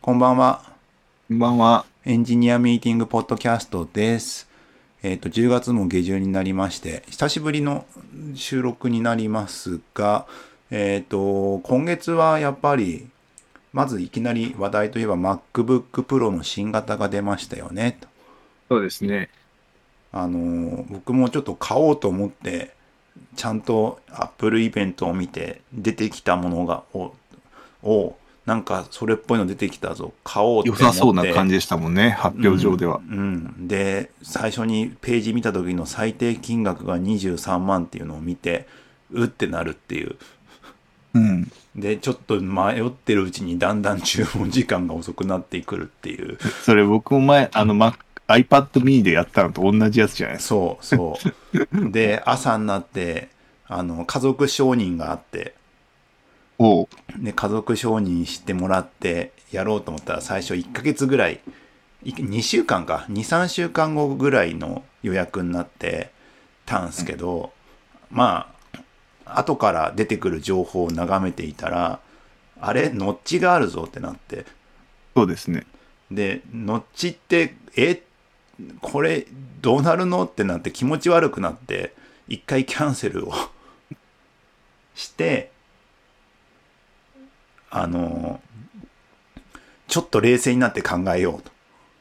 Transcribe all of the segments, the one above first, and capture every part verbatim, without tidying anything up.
こんばんは。 こんばんは。 エンジニアミーティングポッドキャストです。えっと、じゅうがつも下旬になりまして、久しぶりの収録になりますが、えっと、今月はやっぱり、まずいきなり話題といえば MacBook Pro の新型が出ましたよね。とそうですね。 あの、僕もちょっと買おうと思って、ちゃんと Apple イベントを見て出てきたものが、を、をなんかそれっぽいの出てきたぞ、買おうって良さそうな思って、 感じでしたもんね、発うん、 表上では。 うん。で、最初にページ見た時の最低金額がにじゅうさんまんっていうのを見て、うってなるっていう。 うん。 で、ちょっと迷ってるうちにだんだん注文時間が遅くなってくるっていう。 それ僕も前、あの、Mac、iPad mini でやったのと同じやつじゃないですか。 そうそう。で、朝になって、あの、家族承認があって、 おう。 で、家族承認してもらってやろうと思ったら最初いっかげつぐらい、にしゅうかんか、に、さんしゅうかんごぐらいの予約になってたんすけど、まあ、後から出てくる情報を眺めていたら、あれ、ノッチがあるぞってなって。 そうですね。 で、ノッチって、え、これどうなるのってなって気持ち悪くなって、一回キャンセルをして、あの、ちょっと冷静になって考えようと。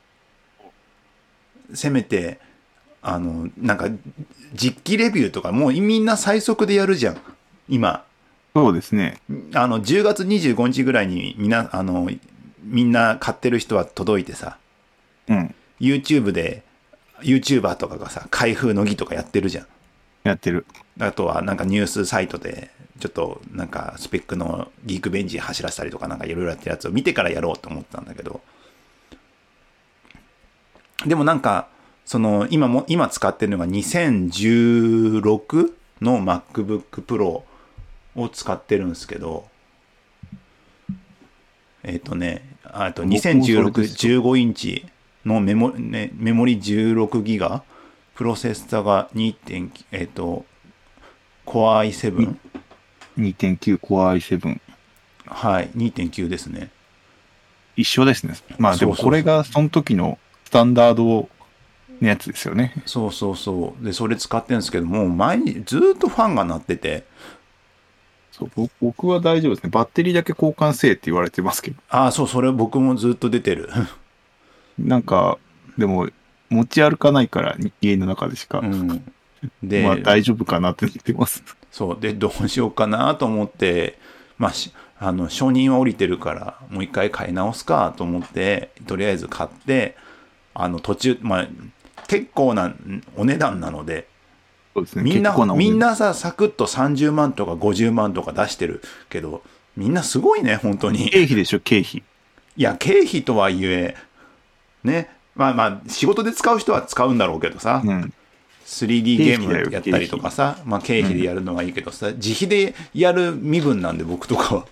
せめて、あの、なんか、実機レビューとかもうみんな最速でやるじゃん。今。 そうですね。 あの、じゅうがつにじゅうごにちぐらいにみんな、あの、みんな買ってる人は届いてさ、 うん。 YouTube で、YouTuber とかがさ、開封の儀とかやってるじゃん。 やってる。 あとはなんかニュースサイトで、ちょっとなんかスペックのギークベンチ走らせたりとかなんかいろいろやってるやつを見てからやろうと思ったんだけど、でもなんか、その今も、今使ってるのがにせんじゅうろくの MacBook Pro を使ってるんですけど、えっ、とね、あと僕もそれにせんじゅうろく、 ですよ。 じゅうごインチのメモ,、ね、メモリじゅうろくギガ、プロセッサがにてん、えっ、と、Core アイセブン、 にてんきゅう Core アイセブン。 はい、にてんきゅうですね。 一緒ですね。まあでもこれそうそうそう。 がその時のスタンダードのやつですよね。 そうそうそう。で、それ使ってるんですけども、前にずーっとファンが鳴ってて、 そう、僕僕は大丈夫ですね。バッテリーだけ交換せえって言われてますけど。 ああ、そう、それ僕もずっと出てる。 なんか、でも、持ち歩かないから家の中でしか。 うん。 まあで、 大丈夫かなって言ってます。 そう。で、どうしようかなと思って、まあ、しあの、承認は降りてるから、もう一回買い直すかと思って、とりあえず買って、あの、途中、まあ、結構なお値段なので、 そうですね。 みんな、 結構なお値段。 みんなさ、サクッとさんじゅうまんとかごじゅうまんとか出してるけど、みんなすごいね、本当に。 経費でしょ、経費。 いや、経費とはいえ、ね、まあまあ、仕事で使う人は使うんだろうけどさ、 うん。 スリーディー ゲー経費だよ、 ムやったりと経費。 かさ、まあ経費でうん。 やるのはいいけどさ、自費でやる身分なんで僕とかは。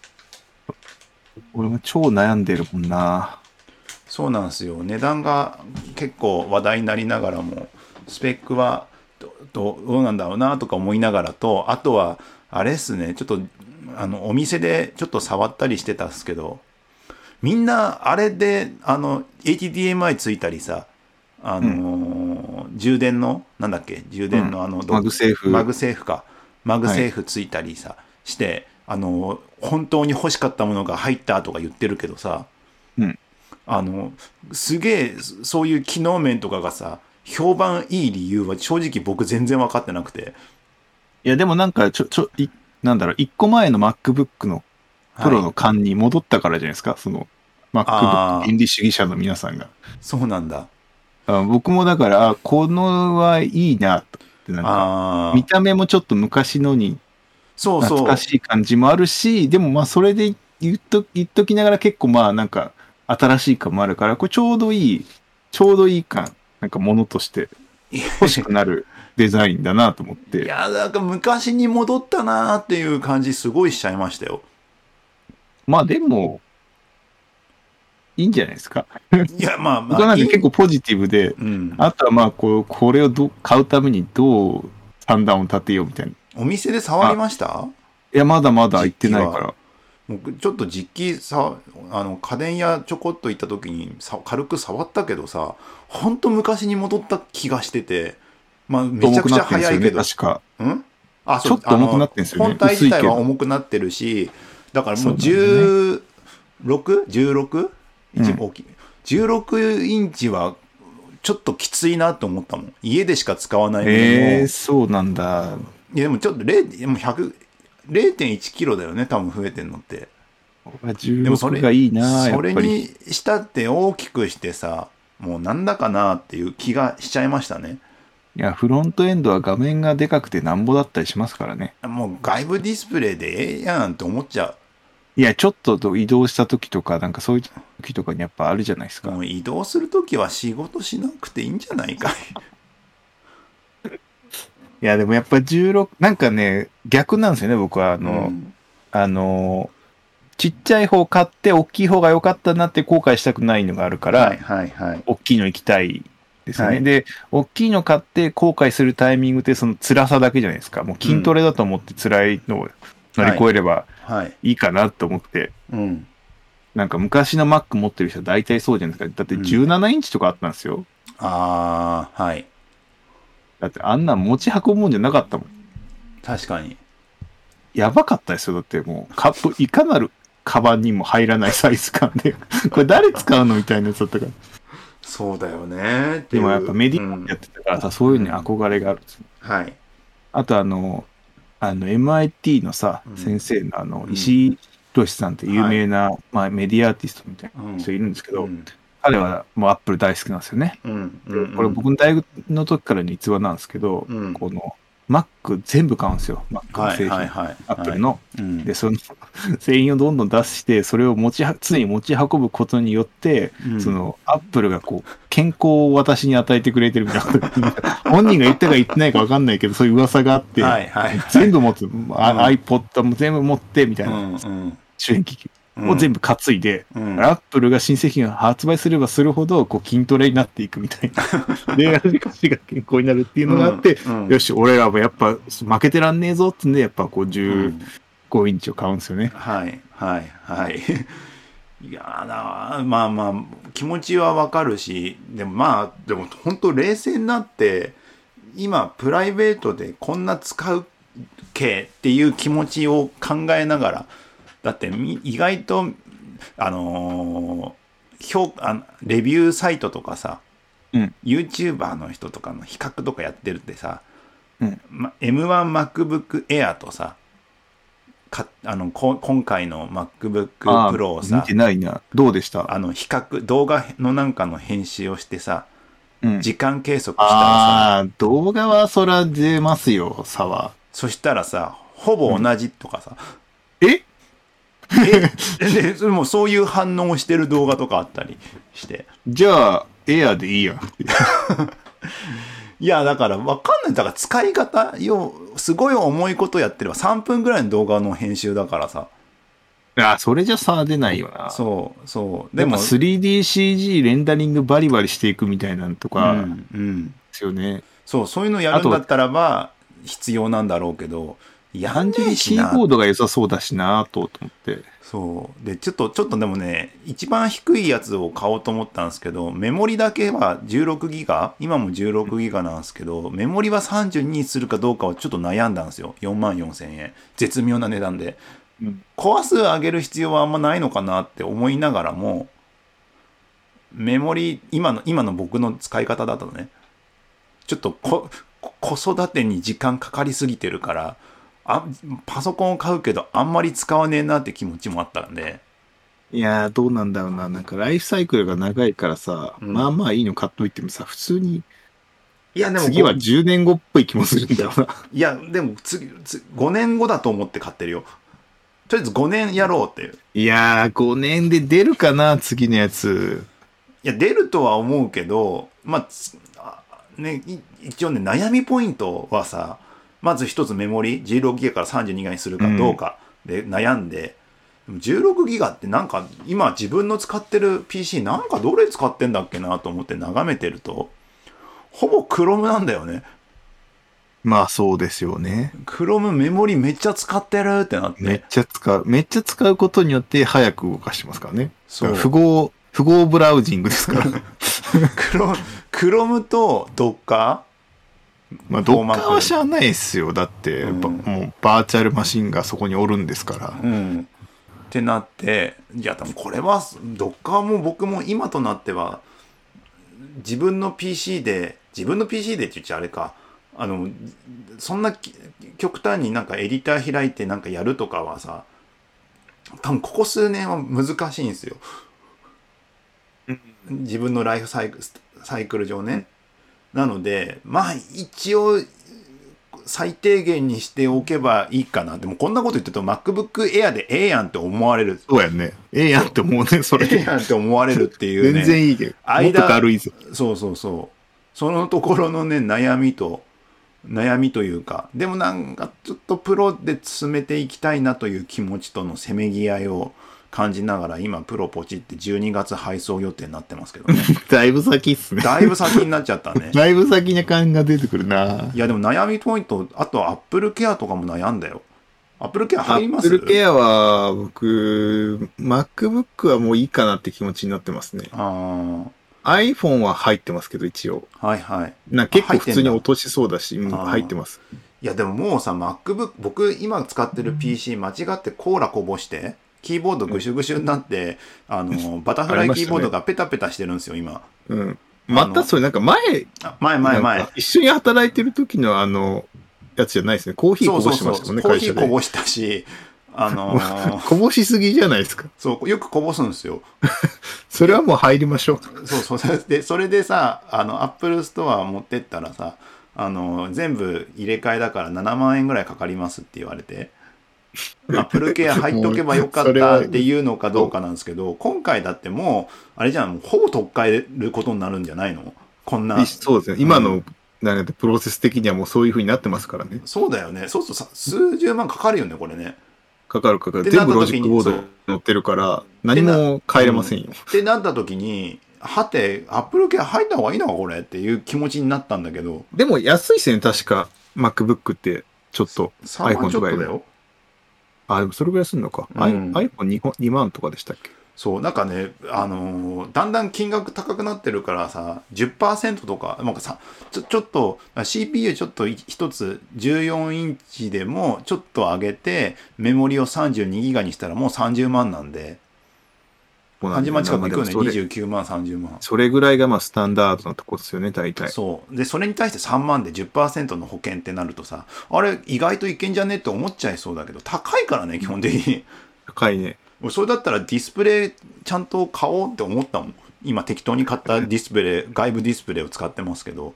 俺も超悩んでるもんな。 そうなんですよ。値段が結構話題になりながらも、スペックはどどどうなんだろうなとか思いながらと、あとは、あれっすね、ちょっと、あの、お店でちょっと触ったりしてたんですけど、みんなあれで、あの、エイチディーエムアイ ついたりさ、あうん。 のー充電の、なんだっけ、充うん。 電のあの、どマグセーフ。 マグセーフか。マグはい。 セーフついたりさ、して、あのー本当に欲しかったものが入ったとか言ってるけどさ、 うん。 あの、すげえ、そういう機能面とかがさ、評判いい理由は正直僕全然分かってなくて。 いや、でもなんか、ちょ、ちょ、い、なんだろう、一個前の MacBook のプはい。 ロの勘に戻ったからじゃないですか。その、MacBook ああ、 原理主義者の皆さんが。 そうなんだ。 あ、僕もだから、あ、このはいいな、と。で、なんか、見ああ、 た目もちょっと昔のにそうそ懐かしい感じもあるし、でもまあそれで言っと、言っときながら結構まあなんか新しい感もあるから、これちょうどいい、ちょうどいい感、なんかものとしてう。い欲しくなるデザインだなと思って。 や、なんか昔に戻ったなーっていう感じすごいしちゃいましたよ。 まあでも、いいんじゃないですか。 いや、まあまあ、 僕はなんかいい、 結構ポジティブで、 うん。 あとはまあこう、これをど買うためにどう算段を立てようみたいな。 お店で触りあ、 ました？ いやまだまだ行って実機は。 ないから。 僕ちょっと実機さ、あの家電屋ちょこっと行った時にさ軽く触ったけどさ、ほんと昔に戻った気がしてて、まあめちゃくちゃ速いけど、 重くなってんですよね、確か。 うんあ、 ちょっと重くなってんですよね。 本体自体は薄い重くなってるし、だからもうそうなんだじゅうろく、じゅうろく? 一うん大きい。じゅうろくインチはちょっときついなと思ったもん。家でしか使わないものも。 えー、そうなんだ。 いやでもちょっとれいでもひゃく れいてんいちキロだよね、多分増えてんのって。でもそじゅうろくれがいいな、やそれっぱり。 にしたって大きくしてさ、もうなんだかなっていう気がしちゃいましたね。 いや、フロントエンドは画面がでかくてなんぼだったりしますからね。 もう外部ディスプレイでええやんって思っちゃいや、ちょっと移動した時とか、なんかそういう時とかにやっぱあるじゃないですう。 か。 もう移動するときは仕事しなくていいんじゃないかい。 いや、でもやっぱじゅうろく、なんかね、逆なんですよね、僕は。あの、 うんあの、ちっちゃい方買って大きい方が良かったなって後悔したくないのがあるから、 はいはいはい。 大きいの行きたいですよね。 はいで、大きいの買って後悔するタイミングってその辛さだけじゃないですか。もう筋トレだと思って辛いのを乗り越えればはい。 いいかなと思って、 うん。 なんか昔の Mac 持ってる人は大体そうじゃないですか。だってじゅうななインチとかあったんですよ。 ああ、はい。 だってあんなん持ち運ぶもんじゃなかったもん。 確かに。 やばかったですよ。だってもうカップ、いかなるカバンにも入らないサイズ感で。これ誰使うのみたいなやつだったから。 そうだよねっていう。 でもやっぱメディうんアやってたからさ、そういうのに憧れがあるんですよ。 はい。 あとあの、あの エムアイティー のさ、 うん先生のあの、 うん石井宏さんって有名な、まあメディアアーティストみたいな人いるんですけど、 うん彼はもうアップル大好きなんですよね。 うんうんうんこれ僕の大学の時からの逸話なんですけど、 うんこの Mac 全部買うんですよ。Mac のはい製品。 はいはい。 アップルの。 うんで、その製品をどんどん出して、それを持ちは、常に持ち運ぶことによって、 うんその、アップルがこう、健康を私に与えてくれてるみたいなこと本人が言ったか言ってないか分かんないけど、そういう噂があって、 はいはいはい全部持つ、あうん iPod も全部持って、みたいな、 うんうん周辺機器を全部担いで、 うんアップルが新製品が発売すればするほど、こう、筋トレになっていくみたいな。で、足腰が健康になるっていうのがあって、 うんうんよし、俺らもやっぱ負けてらんねえぞってんで、やっぱこう、 うじゅんうごインチを買うんですよね。 はいはいはいいやーなまあまあ気持ちはわかるし、でもまあでも本当冷静になって今プライベートでこんな使うけっていう気持ちを考えながら、だってみ意外とあのー評価レビューサイトとかさ、 うん YouTuber の人とかの比較とかやってるってさ、 うんま、エムワン MacBook Air とさかあのこ今回の MacBook あ Pro をあ、見さてないな。どうでした？ あの比較動画のなんかの編集をしてさうん、 時間計測したらさ、 ああ、動画はそら出ますよ、差は。 そしたらさほぼ同じとかさ、 ええでそれもそういう反応をしてる動画とかあったりしてじゃあ、エアでいいやん。 いやだからわかんないだから使い方よすごい重いことやってればさんぷんぐらいの動画の編集だからさああ、それじゃ差出ないよな。 そうそうでもでもスリーディーシージー レンダリングバリバリしていくみたいなのとか、でうんうんすよね。 そうそういうのやるんだったらば必要なんだろうけどやんね単純にえしなキーボードが良さそうだしなとと思って。 そうでちょっとちょっとでもね一番低いやつを買おうと思ったんですけどメモリだけはじゅうろくギガ今もじゅうろくギガなんですけどメモリはさんじゅうににするかどうかはちょっと悩んだんですよ。よんまんよんせんえん絶妙な値段でうんコア数上げる必要はあんまないのかなって思いながらもメモリ今の今の僕の使い方だとねちょっとこ子育てに時間かかりすぎてるからあパソコンを買うけどあんまり使わねえなって気持ちもあったんでいやー、どうなんだろうな。なんかライフサイクルが長いからさ、 うんまあまあいいの買っといてもさ、普通に、 いやでも次はじゅうねんごっぽい気もするんだよな。 いやでも次次ごねんごだと思って買ってるよ。とりあえずごねんやろうっていう。 いやー、ごねんで出るかな、次のやつ。 いや出るとは思うけどまあつあねい一応ね悩みポイントはさまず一つメモリじゅうろくギガからさんじゅうにギガにするかどうかで悩んで、でもじゅうろくギガってなんか今自分の使ってる ピーシー なんかどれ使ってんだっけなと思って眺めてるとほぼ Chrome なんだよね。 まあそうですよね。 クロムメモリめっちゃ使ってるってなって。 めっちゃ使う。めっちゃ使うことによって早く動かしてますからね。 そう。 符号、符号ブラウジングですから。 クロ、クロムとドッカーまあドッカーは知らないですよ。だって、うん、もうバーチャルマシンがそこにおるんですから。 うん。ってなって、いや、でもこれは、ドッカーも僕も今となっては、自分の ピーシー で、自分の ピーシー でって言っちゃあれか、あの、そんな極端になんかエディター開いてなんかやるとかはさ、多分ここ数年は難しいんですよ。自分のライフサイクル、サイクル上ね。なので、まあ一応、最低限にしておけばいいかな。でもこんなこと言ってると MacBook Air でええやんって思われる。 そうやね。ええやんって思うね、それ。 ええやんって思われるっていうね。 全然いいけど。もっと軽いぞ。 そうそうそう。そのところのね、悩みと、悩みというか、でもなんかちょっとプロで進めていきたいなという気持ちとのせめぎ合いを感じながら、今プロポチってじゅうにがつ配送予定になってますけどね。 だいぶ先っすね。 だいぶ先になっちゃったね。 だいぶ先に感が出てくるな。 いやでも悩みポイント、あとアップルケアとかも悩んだよ。アップルケア入ります？ アップルケアは僕、MacBook はもういいかなって気持ちになってますね。 ああ。 iPhone は入ってますけど、一応。 はいはい。 な結構普通に落としそうだし、うん入ってます。 いやでももうさ、MacBook、僕今使ってる ピーシー 間違ってコーラこぼして、キーボードぐしゅぐしゅになって、うん、あの、バタフライキーボードがペタペタしてるんですよ、今。 うん。またそれなんか前、 前前前。 一緒に働いてる時のあの、やつじゃないですね。コーヒーこぼしてましたもんね、 会社で。コーヒーこぼしたし、あのー、こぼしすぎじゃないですか。 そう、よくこぼすんですよ。 それはもう入りましょう。 そうそう。で、それでさ、あの、Apple Store 持ってったらさ、あの、全部入れ替えだからななまんえんぐらいかかりますって言われて、Apple Care 入っとけばよかったっていうのかどうかなんですけど、今回だってもう、あれじゃん、もうほぼ取っ換えることになるんじゃないの？こんな。 そうですね。今の、うんなんかプロセス的にはもうそういう風になってますからね。 そうだよね。そうするとさ、数十万かかるよね、これね。 かかるかかる。全部ロジックボードに載ってるから、何も変えれませんよ。 ってなった時に、はて、アップルケア入った方がいいのか、これっていう気持ちになったんだけど。 でも安いっすね、確か。MacBook って、ちょっと。 さんまんちょっとだよ。 あ、でもそれぐらいすんのか。うん、iPhoneにまんとかでしたっけ？ そう、なんかね、あのー、だんだん金額高くなってるからさ、じゅっパーセントとか、なんかさ、ちょ、ちょっと、シーピーユー ちょっと一つじゅうよんインチでもちょっと上げて、メモリをさんじゅうにギガにしたらもうさんじゅうまんなんで、さんじゅうまん近くいくよね、にじゅうきゅうまん、さんじゅうまん。 それぐらいがまあスタンダードなとこですよね、大体。 そう。で、それに対してさんまんで じゅっパーセント の保険ってなるとさ、あれ、意外といけんじゃねって思っちゃいそうだけど、高いからね、基本的に。 高いね。 それだったらディスプレイちゃんと買おうって思ったもん。今適当に買ったディスプレイ、外部ディスプレイを使ってますけど。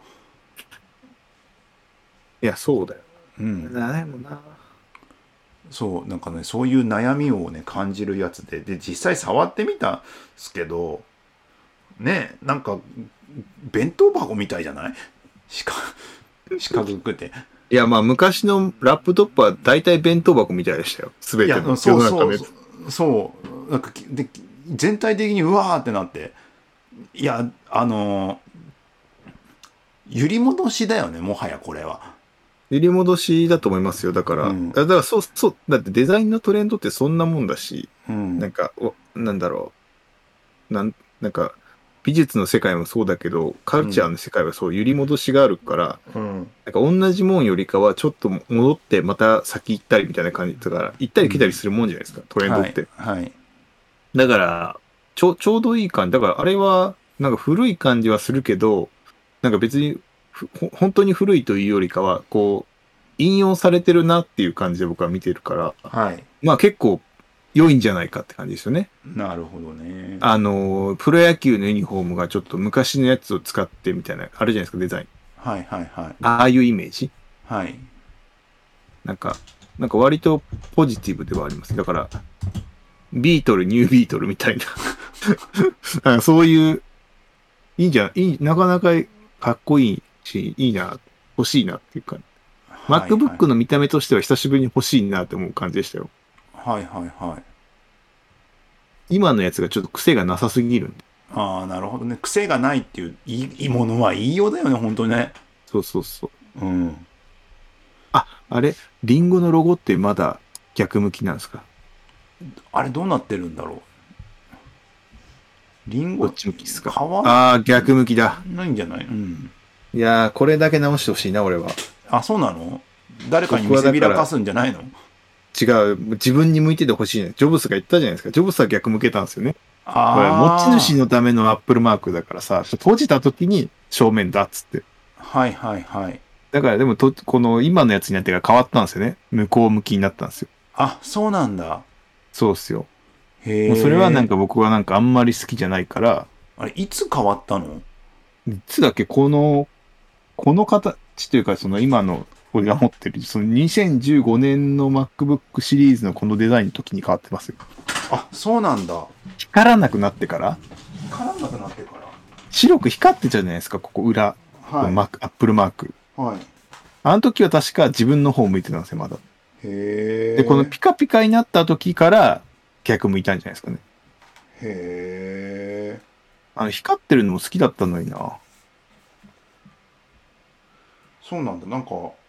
いや、そうだよ。 うん。 悩むな。 そう、なんかね、そういう悩みをね、感じるやつで、で、実際触ってみたんすけど、ね、なんか、弁当箱みたいじゃない？四角、四角くて。 いや、まあ、昔のラップトップは大体弁当箱みたいでしたよ。すべての。 そうそうそう。そうなんかで全体的にうわーってなって、いやあの揺り戻しだよね、もはやこれは揺り戻しだと思いますよ。だから、うん、だからそうそうだってデザインのトレンドってそんなもんだし、うん、なんかおなんだろうなんなんか美術の世界もそうだけどカルチャーの世界はそう揺り戻しがあるから、うん、なんか同じもんよりかはちょっと戻ってまた先行ったりみたいな感じだから行ったり来たりするもんじゃないですか、うん、トレンドって、 はいはい、 だからちょちょうどいい感じだからあれはなんか古い感じはするけどなんか別に本当に古いというよりかはこう引用されてるなっていう感じで僕は見てるから、 はい、 まあ結構良いんじゃないかって感じですよね。 なるほどね。 あの、プロ野球のユニフォームがちょっと昔のやつを使ってみたいな、あるじゃないですか、デザイン。 はいはいはい。 ああいうイメージ。 はい。 なんか、なんか割とポジティブではあります。だから、ビートル、ニュービートルみたいな。そういう、いいんじゃん、いい、なかなかかっこいいし、いいな、欲しいなっていうか、はいはい、MacBook の見た目としては久しぶりに欲しいなって思う感じでしたよ。 はいはいはい。 今のやつがちょっと癖がなさすぎるんで。 ああ、なるほどね。癖がないっていういいものはいいようだよね、本当にね。 そうそうそう。 うん。 あ、あれリンゴのロゴってまだ逆向きなんですか？ あれどうなってるんだろう。リンゴどっち向きですか？ 変わああー、逆向きだ。 ないんじゃない？うん。 いやー、これだけ直してほしいな、俺は。 あ、そうなの？誰かに見せびらかすんじゃないの？ 違う。自分に向いててほしいね。ジョブスが言ったじゃないですか。ジョブスは逆向けたんですよね。これ、持ち主あのためのアップルマークだからさ、閉じた時に正面だっつって。 あ。はいはいはい。 だからでもと、この今のやつになってから変わったんですよね。向こう向きになったんですよ。 あ、そうなんだ。 そうっすよ。 へもうそれはなんえ。 か僕はなんかあんまり好きじゃないから、 あれ、いつ変わったの？ いつだっけ、この、この形というか、その今の、俺が持ってる、そのにせんじゅうごねんの MacBook シリーズのこのデザインの時に変わってますよ。 あ、そうなんだ。 光らなくなってから、 光らなくなってから。 白く光ってたじゃないですか、ここ裏。 はい。 マック、アップルマーク。 はい。 あの時は確か自分の方向いてたんですよ、まだ。 へえ。 で、このピカピカになった時から逆向いたんじゃないですかね。 へえ。 あの、光ってるのも好きだったのにな。 そうなんだ。なんか、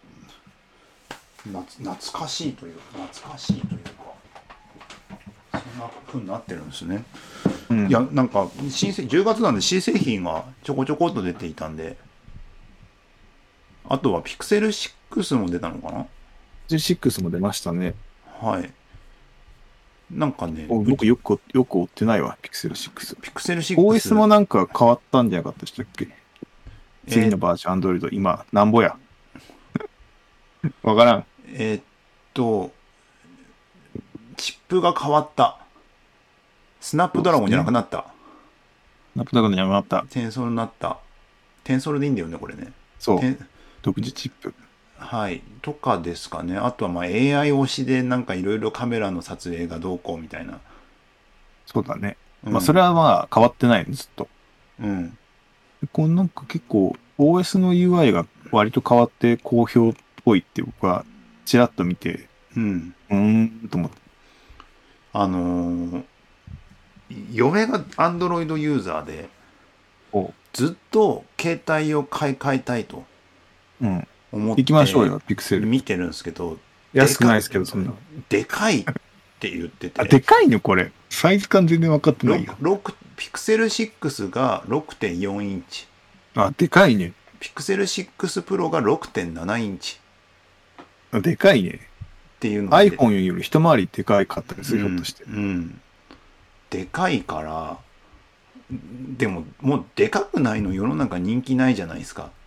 なつ懐かしいというか、懐かしいというか、そんな風になってるんですね。 うん。 いや、なんか、新製、じゅうがつなんで新製品がちょこちょこっと出ていたんで、あとはピクセルシックスも出たのかな？ じゅうろくも出ましたね。 はい。なんかね、 お僕よく、よく追ってないわ、ピクセルシックス。 ピクセルシックス。 オーエス もなんか変わったんじゃなかったでしたっけ？ えー次のバージョン、Android、今、なんぼや。わからん。 えーっと、チップが変わった。スナップドラゴンじゃなくなった。 ナップドラゴンの山った。 テンソルになった。テンソルでいいんだよね、これね。 そうテン。 独自チップ。 はい。とかですかね。あとはまあ エーアイ 推しでなんかいろいろカメラの撮影がどうこうみたいな。 そうだね。 うん、 まあ、それはまあ、変わってないの、ずっと。 うん。 こうなんか結構、オーエス の ユーアイ が割と変わって好評っぽいって僕は、ちらっと見て、 うん。 うーん、と思って。 あのー、嫁が Android ユーザーで、ずっと携帯を買い替えたいとうん。 思って行きましょうよ、ピクセル。 見てるんですけど、 安くないですけど、そんな。 でかいって言ってて。 あ、でかいのこれ。サイズ感全然分かってないよ。 ピクセルシックスが ろくてんよん インチ。 あ、でかいね。 ピクセルシックスプロが ろくてんなな インチ。 あ、でかいね。 っていうので。iPhone より一回りでかいかったりする、ひょっとして。 うん。うん。でかいから、でも、もうでかくないの世の中人気ないじゃないですか。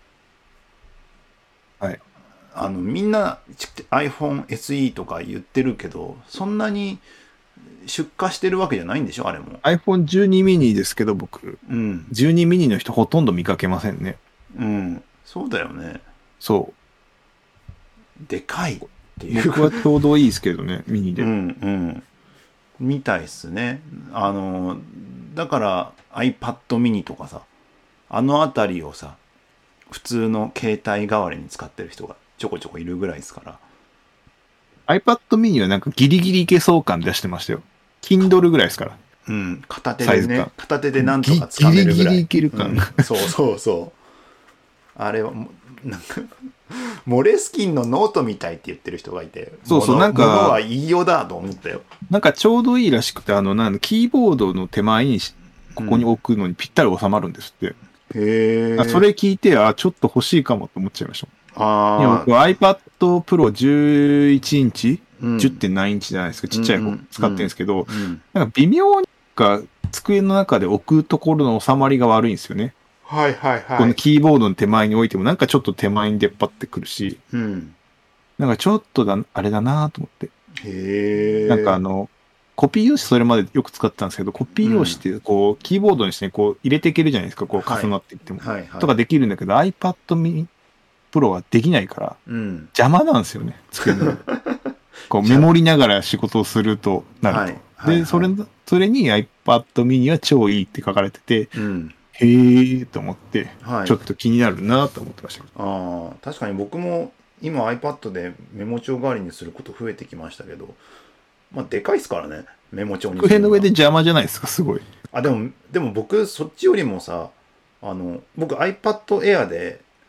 はい。 あの、みんな iPhone エスイー とか言ってるけど、そんなに出荷してるわけじゃないんでしょあれも。 iPhone じゅうに mini ですけど、僕。 うん。 じゅうに mini の人ほとんど見かけませんね。 うん。そうだよね。 そう。 でかいっていう。 僕はちょうどいいですけどね、ミニで。 うんうん。みたいっすね。あの、だから iPad mini とかさ、あのあたりをさ、普通の携帯代わりに使ってる人がちょこちょこいるぐらいですから。 iPad mini はなんかギリギリいけそう感出してましたよ。Kindle ぐらいですから。 うん。片手でね、片手でなんとかギリ掴めるぐらい。 ギリいける感、 うん、そうそうそう。あれは、なんか、モレスキンのノートみたいって言ってる人がいて、 そうそう、なんか、 ものは言いようだと思ったよ。 なんかちょうどいいらしくて、あの、なんキーボードの手前に、ここに置くのにぴったり収まるんですって。 うん、へえ。 それ聞いて、あ、ちょっと欲しいかもと思っちゃいました。 ああ。 いや、僕 iPad Pro じゅういちインチ、うん、じゅってんなな インチじゃないですか。ちっちゃい方使ってるんですけど、うんうん、なんか微妙にか机の中で置くところの収まりが悪いんですよね。 はいはいはい。 このキーボードの手前に置いてもなんかちょっと手前に出っ張ってくるし、 うん、 なんかちょっとだ、あれだなと思って。 へなんかあの、コピー用紙それまでよく使ってたんですけど、コピー用紙ってこう、うん、キーボードにしてこう入れていけるじゃないですか、こう重なっていっても。はいはいはい、とかできるんだけど、iPad mini Pro はできないから、うん、邪魔なんですよね、机の。こうメモりながら仕事をするとなると。はいはいはい、で、それ、それに iPad mini は超いいって書かれてて、うん、へーと思って、はい、ちょっと気になるなと思ってました。 ああ、確かに僕も今 iPad でメモ帳代わりにすること増えてきましたけど、まあでかいですからね、メモ帳にするのは。 机の上で邪魔じゃないですか、すごい。 あ、でも、でも僕そっちよりもさ、あの、僕 iPad Air で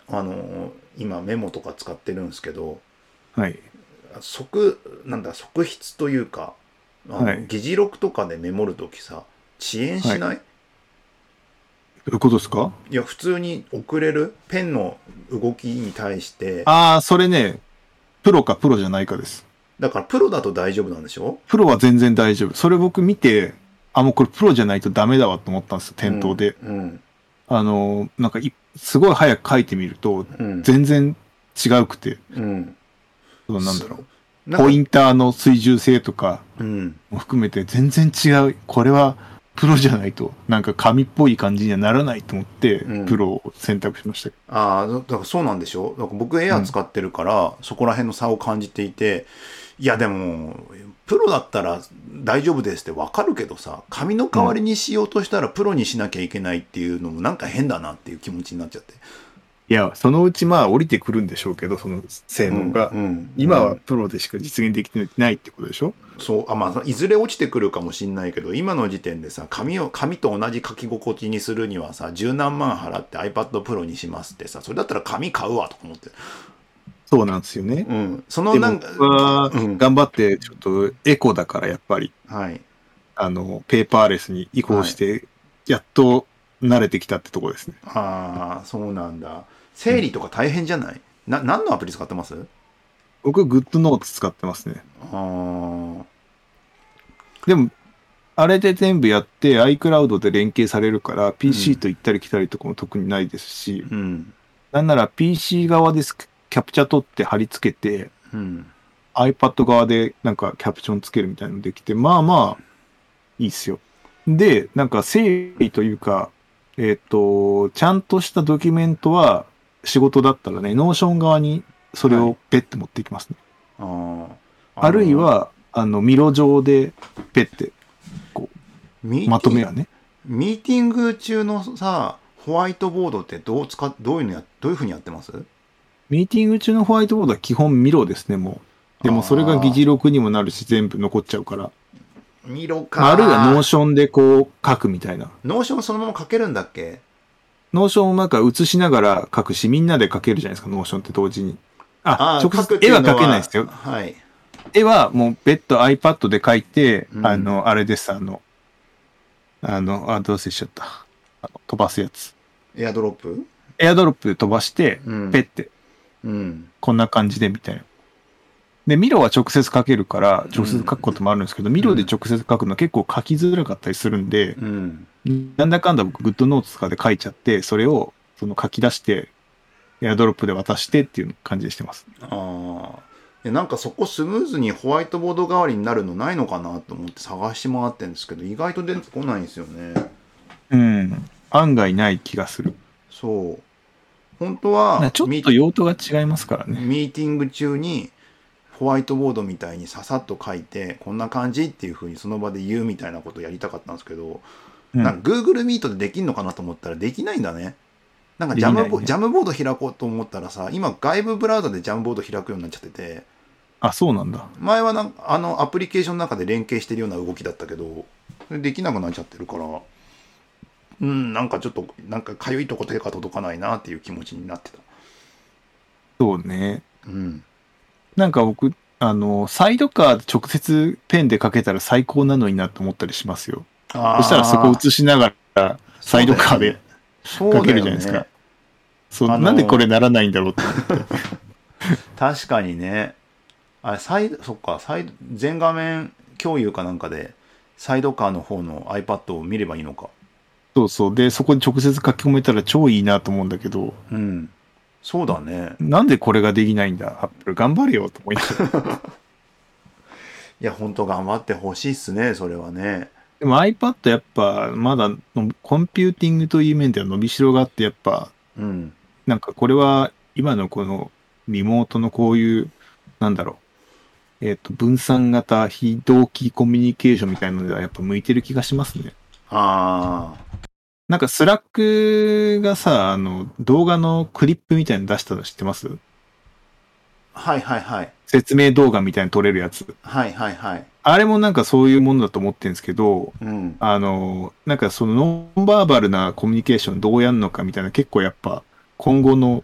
あの今メモとか使ってるんですけど、 はい。 即なんだ側筆というか、あの、 はい、 議事録とかでメモるときさ、遅延しない？ はい、どういうことですか？ いや普通に遅れるペンの動きに対して。 ああ、それね、プロかプロじゃないかです。 だからプロだと大丈夫なんでしょ？ プロは全然大丈夫。それ僕見て、あ、もうこれプロじゃないとダメだわと思ったんですよ、店頭で。 うんうん、 あの、なんかい、すごい早く書いてみると、 うん、 全然違うくて、 うん、 そのなんだろう。 なんかポインターの追従性とかも含めて全然違う。これはプロじゃないと、なんか紙っぽい感じにはならないと思って、 うん、 プロを選択しました。 ああ、だからそうなんでしょ？だから僕エア使ってるから、うん、そこら辺の差を感じていて、いやでもプロだったら大丈夫ですってわかるけどさ、紙の代わりにしようとしたらプロにしなきゃいけないっていうのもなんか変だなっていう気持ちになっちゃって。 いや、そのうちまあ降りてくるんでしょうけど、その性能が。うんうん、今はプロでしか実現できてないってことでしょ？ そう、あ、まあ、いずれ落ちてくるかもしんないけど、今の時点でさ、紙を、紙と同じ書き心地にするにはさ、十何万払って iPad Pro にしますってさ、それだったら紙買うわとか思って。 そうなんですよね。 うん。そのなんか、 僕は頑張って、ちょっとエコだからやっぱり、 はい。 あの、ペーパーレスに移行して、やっと慣れてきたってとこですね。 ああ、そうなんだ。整理とか大変じゃない？うん、な、何のアプリ使ってます？ 僕、グッドノーツ使ってますね。 ああ。 でも、あれで全部やって iCloud で連携されるから、ピーシー と行ったり来たりとかも特にないですし、 うん、なんなら ピーシー 側でキャプチャ取って貼り付けて、 うん、 iPad 側でなんかキャプションつけるみたいなのできて、まあまあ、いいっすよ。で、なんか整理というか、えっと、ちゃんとしたドキュメントは仕事だったらね、ノーション側にそれをペッて持っていきますね。 はい、あ, あるいは、あの、ミロ上でペッて、こう、まとめはね。 ミーティング中のさ、ホワイトボードってどう使っ、どういうのや、どういうふうにやってます？ ミーティング中のホワイトボードは基本ミロですね、もう。でもそれが議事録にもなるし、全部残っちゃうから。 ミロか。 あるいはノーションでこう書くみたいな。 ノーションそのまま書けるんだっけ？ ノーションをなんか写しながら書くし、みんなで書けるじゃないですか、ノーションって同時に。あ、あ直接絵は描けないですよ。 はい。 絵はもう別途 iPad で描いて、うん、あの、あれです、あの、あの、あ、どうせしちゃった。あの飛ばすやつ。 エアドロップ？ エアドロップで飛ばして、うん、ペッて。 うん。 こんな感じでみたいな。で、ミロは直接書けるから、直接書くこともあるんですけど、うん、ミロで直接書くのは結構書きづらかったりするんで、うん、なんだかんだ僕、グッドノーツとかで書いちゃって、それをその書き出して、エアドロップで渡してっていう感じでしてます。 ああ。なんかそこスムーズにホワイトボード代わりになるのないのかなと思って探して回ってるんですけど、意外と出てこないんですよね。 うん。案外ない気がする。 そう。本当は、 ちょっと用途が違いますからね。 ミーティング中に、ホワイトボードみたいにささっと書いて、こんな感じっていう風にその場で言うみたいなことをやりたかったんですけど、うん、なんか Google Meet でできんのかなと思ったらできないんだね。なんかジャムボ、ね、ジャムボード開こうと思ったらさ、今外部ブラウザでジャムボード開くようになっちゃってて。 あ、そうなんだ。 前はなんかあのアプリケーションの中で連携してるような動きだったけど、できなくなっちゃってるから、うん、なんかちょっと、なんかかゆいとこ手が届かないなっていう気持ちになってた。 そうね。 うん。 なんか僕、あの、サイドカー直接ペンで書けたら最高なのになと思ったりしますよ。そしたらそこ写しながら、サイドカーで書けるじゃないですか。そう、ね、そう、なんでこれならないんだろうって思って。 確かにね。あれ、サイド、そっか、サイド、全画面共有かなんかで、サイドカーの方の iPad を見ればいいのか。 そうそう。で、そこに直接書き込めたら超いいなと思うんだけど。 うん。そうだね。 なんでこれができないんだ、アップル。頑張れよと思いながら。 いや、ほんと頑張ってほしいっすね、それはね。 でも iPad やっぱ、まだコンピューティングという面では伸びしろがあって、やっぱ、 うん、 なんかこれは今のこのリモートのこういう、なんだろう、えっと、分散型非同期コミュニケーションみたいなのではやっぱ向いてる気がしますね。 ああ。 なんかスラックがさ、あの、動画のクリップみたいなの出したの知ってます？ はいはいはい。 説明動画みたいに撮れるやつ。 はいはいはい。 あれもなんかそういうものだと思ってるんですけど、 うん、 あの、なんかそのノンバーバルなコミュニケーションどうやるのかみたいな結構やっぱ今後の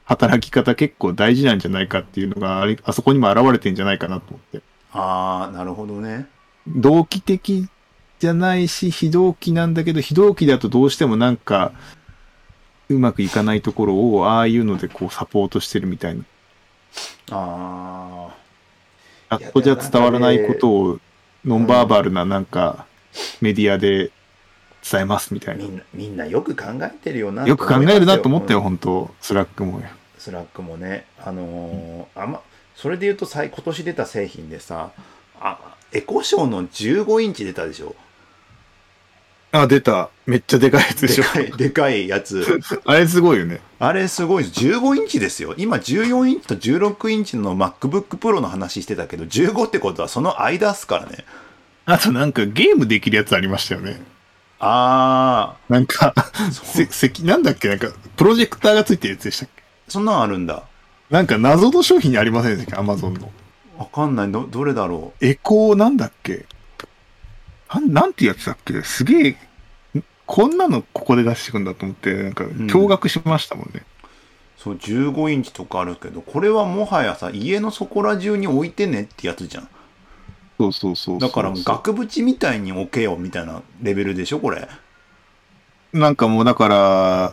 働き方結構大事なんじゃないかっていうのがあれ、あそこにも現れてんじゃないかなと思って。 ああ、なるほどね。 同期的じゃないし、非同期なんだけど、非同期だとどうしてもなんか、うまくいかないところを、ああいうのでこうサポートしてるみたいな。 ああ。チャットじゃ伝わらないことを、ノンバーバルななんか、メディアで伝えますみたいな。 みんな、みんなよく考えてるよな。 よく考えるなと思ったよ、うん、本当スラックも。 スラックもね。あのー、あんま、それで言うと今年出た製品でさ、あ、エコショーのじゅうごインチ出たでしょ。 あ、出た。めっちゃでかいやつでしょ。 でかい、でかいやつ。 あれすごいよね。 あれすごいです。じゅうごインチですよ。今じゅうよんインチとじゅうろくインチの MacBook Pro の話してたけど、じゅうごってことはその間っすからね。 あとなんかゲームできるやつありましたよね。 あー。なんか、せ、せ、なんだっけなんか、プロジェクターがついてるやつでしたっけ。 そんなんあるんだ。 なんか謎の商品ありませんでしたっけ Amazon の。 わかんない。ど、どれだろう。 エコーなんだっけなん、なんてやつだっけすげえ、こんなのここで出してくんだと思って、なんか、驚愕しましたもんね、うん。 そう、じゅうごインチとかあるけど、これはもはやさ、家のそこら中に置いてねってやつじゃん。 そうそうそうそう。 だから、額縁みたいに置けよみたいなレベルでしょ、これ。 なんかもう、だから、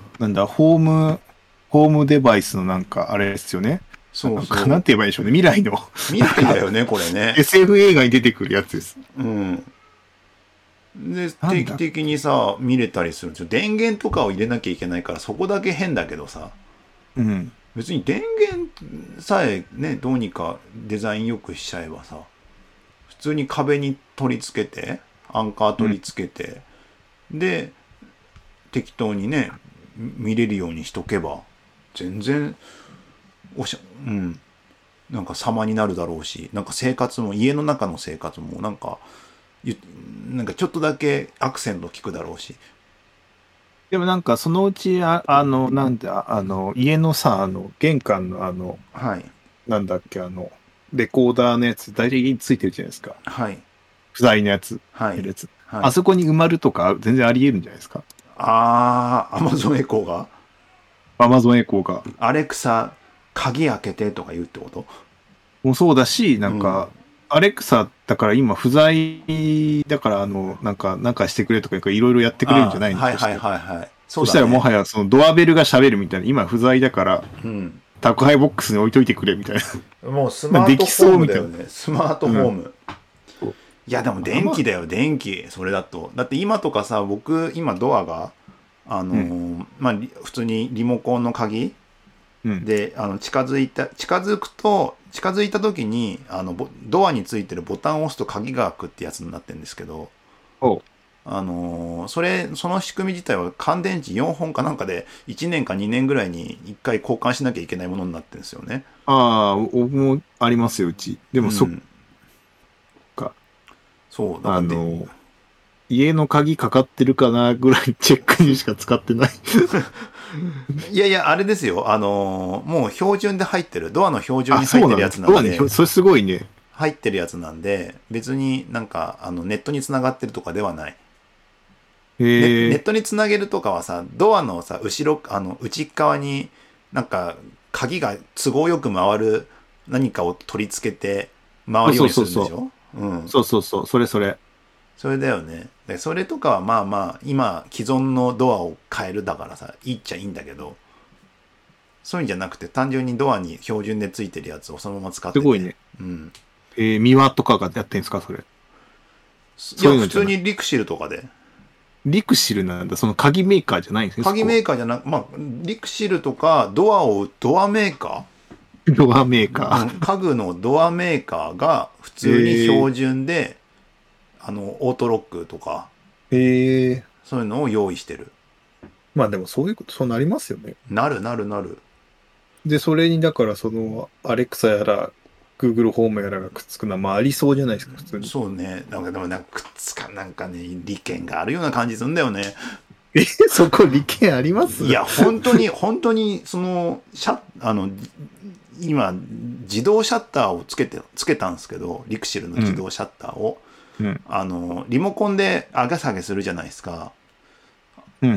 なんだ、ホーム、ホームデバイスのなんか、あれですよね。 そうそう。 なんて言えばいいでしょうね。未来の。 未来だよね、これね。 エスエフ 映画に出てくるやつです。 うん。で、定期的にさ、見れたりするんですよ。電源とかを入れなきゃいけないから、そこだけ変だけどさ。 うん。 別に電源さえね、どうにかデザインよくしちゃえばさ、普通に壁に取り付けて、アンカー取り付けて、うん、で、適当にね、見れるようにしとけば、全然、おしゃ、うん。なんか様になるだろうし、なんか生活も、家の中の生活も、なんか、なんかちょっとだけアクセント効くだろうし。 でもなんかそのうち、あ、あの、なんで、あの、家のさ、あの、玄関のあの、 はい。 なんだっけ、あの、レコーダーのやつ、大体ついてるじゃないですか。 はい。 不在のやつ。 はい。 やつはい、 あそこに埋まるとか、全然あり得るんじゃないですか。 あー、アマゾンエコーがアマゾンエコーが。 アレクサ、鍵開けてとか言うってこともうそうだし、なんか、うんアレクサだから今不在だからあの、なんか、なんかしてくれとかいろいろやってくれるんじゃないんですか。 はいはいはいはい。 そしたらもはやそのドアベルが喋るみたいな、今不在だから、うん、宅配ボックスに置いといてくれみたいな。もうスマートフォームだよね。スマートフォーム。うん、いやでも電気だよ、電気。それだと。だって今とかさ、僕、今ドアが、あのーうん、まあ、普通にリモコンの鍵、うん、で、あの、近づいた、近づくと、近づいた時にあのドアについてるボタンを押すと鍵が開くってやつになってるんですけど、あのー、それその仕組み自体は乾電池よんほんかなんかでいちねんかにねんぐらいにいっかい交換しなきゃいけないものになってるんですよね。 ああ、僕もありますようち。でもそっか、 うん、そうだから、ね、 あの家の鍵かかってるかなぐらいチェックにしか使ってないいやいや、あれですよ。あのー、もう標準で入ってる。ドアの標準に入ってるやつなんで。 ドアに、それすごいね。 入ってるやつなんで、別になんか、あの、ネットにつながってるとかではない。 へー。 ネットにつなげるとかはさ、ドアのさ、後ろ、あの、内側になんか、鍵が都合よく回る何かを取り付けて回るようにするんでしょ？ そうそうそう。うん。そうそうそう。それそれ。 それだよね。でそれとかはまあまあ今既存のドアを変えるだからさいいっちゃいいんだけど、そういうんじゃなくて単純にドアに標準でついてるやつをそのまま使ってて、 すごいね。 うん。 えー、ミワとかがやってんですかそれ？ いや普通にリクシルとかで。 リクシルなんだ。その鍵メーカーじゃないんですね。 鍵メーカーじゃなく、まあリクシルとかドアをドアメーカードアメーカー、 うん、家具のドアメーカーが普通に標準で、えー、あのオートロックとか、 えー、 そういうのを用意してる。 まあでもそういうことそうなりますよね。 なるなるなる。 でそれにだからそのアレクサやらGoogle ホームやらがくっつくのはまあありそうじゃないですか普通に。 そうね。なんかでもなんかくっつかなんかね利権があるような感じするんだよね。 えそこ利権あります？ いや本当に本当にそのシャあの今自動シャッターをつけてつけたんですけど、リクシルの自動シャッターを、うん、あのリモコンで上げ下げするじゃないですか。 うんうん、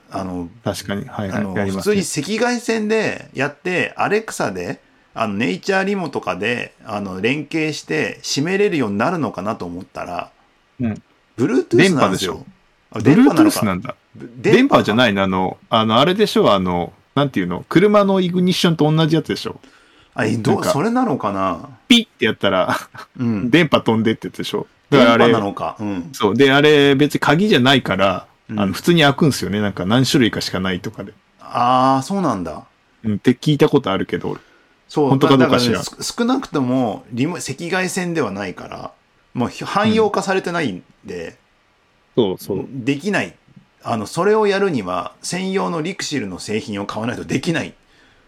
あの、 確かに。はいはい。 あの、 やりますね。 普通に赤外線でやって、アレクサで、あの、ネイチャーリモとかで、あの、連携して閉めれるようになるのかなと思ったら、 うん。 Bluetooth 電波でしょ。 なんですよ。あ電波なの Bluetooth か。 なんだ。 電電波じゃい。 ないの。あの、あの、あれでしょ、あの、なんていうの、車のイグニッションと同じやつでしょ。 あ、えどう、 なんか、 それなのかな。 ピッってやったら、 うん。 電波飛んでってやつでしょ。だから電波なあれ、 のか。うん。 そう。で、あれ、別に鍵じゃないから、あの、 うん。 普通に開くんですよね。なんか何種類かしかないとかで。 ああ、そうなんだ。 うん、って聞いたことあるけど、 そう、 本当だだからね、 かどうか知らん。 す少なくともリモ、赤外線ではないから、もうひ汎用化されてないんで、 そうそう。 できない。あの、それをやるには、専用のリクシルの製品を買わないとできない。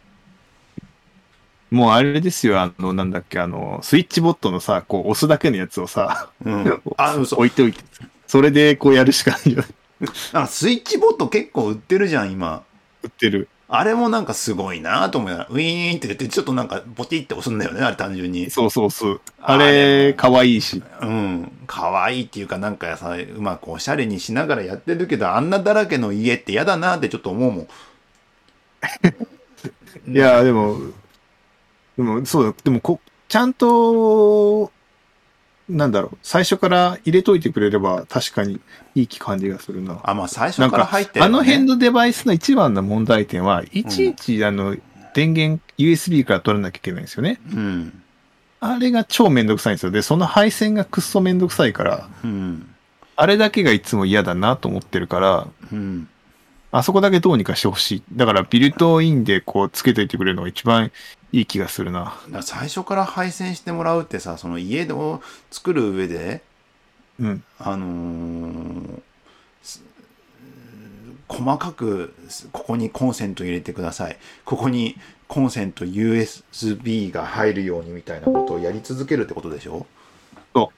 もうあれですよ、あの、なんだっけ、あの、スイッチボットのさ、こう押すだけのやつをさ、 うん。あ、嘘。 置いておいて、それでこうやるしかないよ。 あ、スイッチボット結構売ってるじゃん、今。 売ってる。 あれもなんかすごいなと思いながら、ウィーンって言って、ちょっとなんかボティって押すんだよね、あれ単純に。 そうそうそう。ああれれ、かわいいし。 うん。可愛いっていうかなんかさ、うまくおしゃれにしながらやってるけど、あんなだらけの家って嫌だなってちょっと思うもん。 いや、でも、でも、そうだ、でもこ、ちゃんと、なんだろう、最初から入れといてくれれば、確かにいい感じがするな。 あ、まあ最初から入ってる、ね、 あの辺のデバイスの一番の問題点は、いちいち、あの、電源、ユーエスビー から取らなきゃいけないんですよね。 うん。 あれが超めんどくさいんですよ。で、その配線がくっそめんどくさいから、 うん。 あれだけがいつも嫌だなと思ってるから、 うん。 あそこだけどうにかしてほしい。だから、ビルトインでこう、つけといてくれるのが一番いい気がするな。 最初から配線してもらうってさ、その家を作る上で、 うん。 あのー、細かく、ここにコンセント入れてください。ここにコンセント ユーエスビー が入るようにみたいなことをやり続けるってことでしょ。 そう。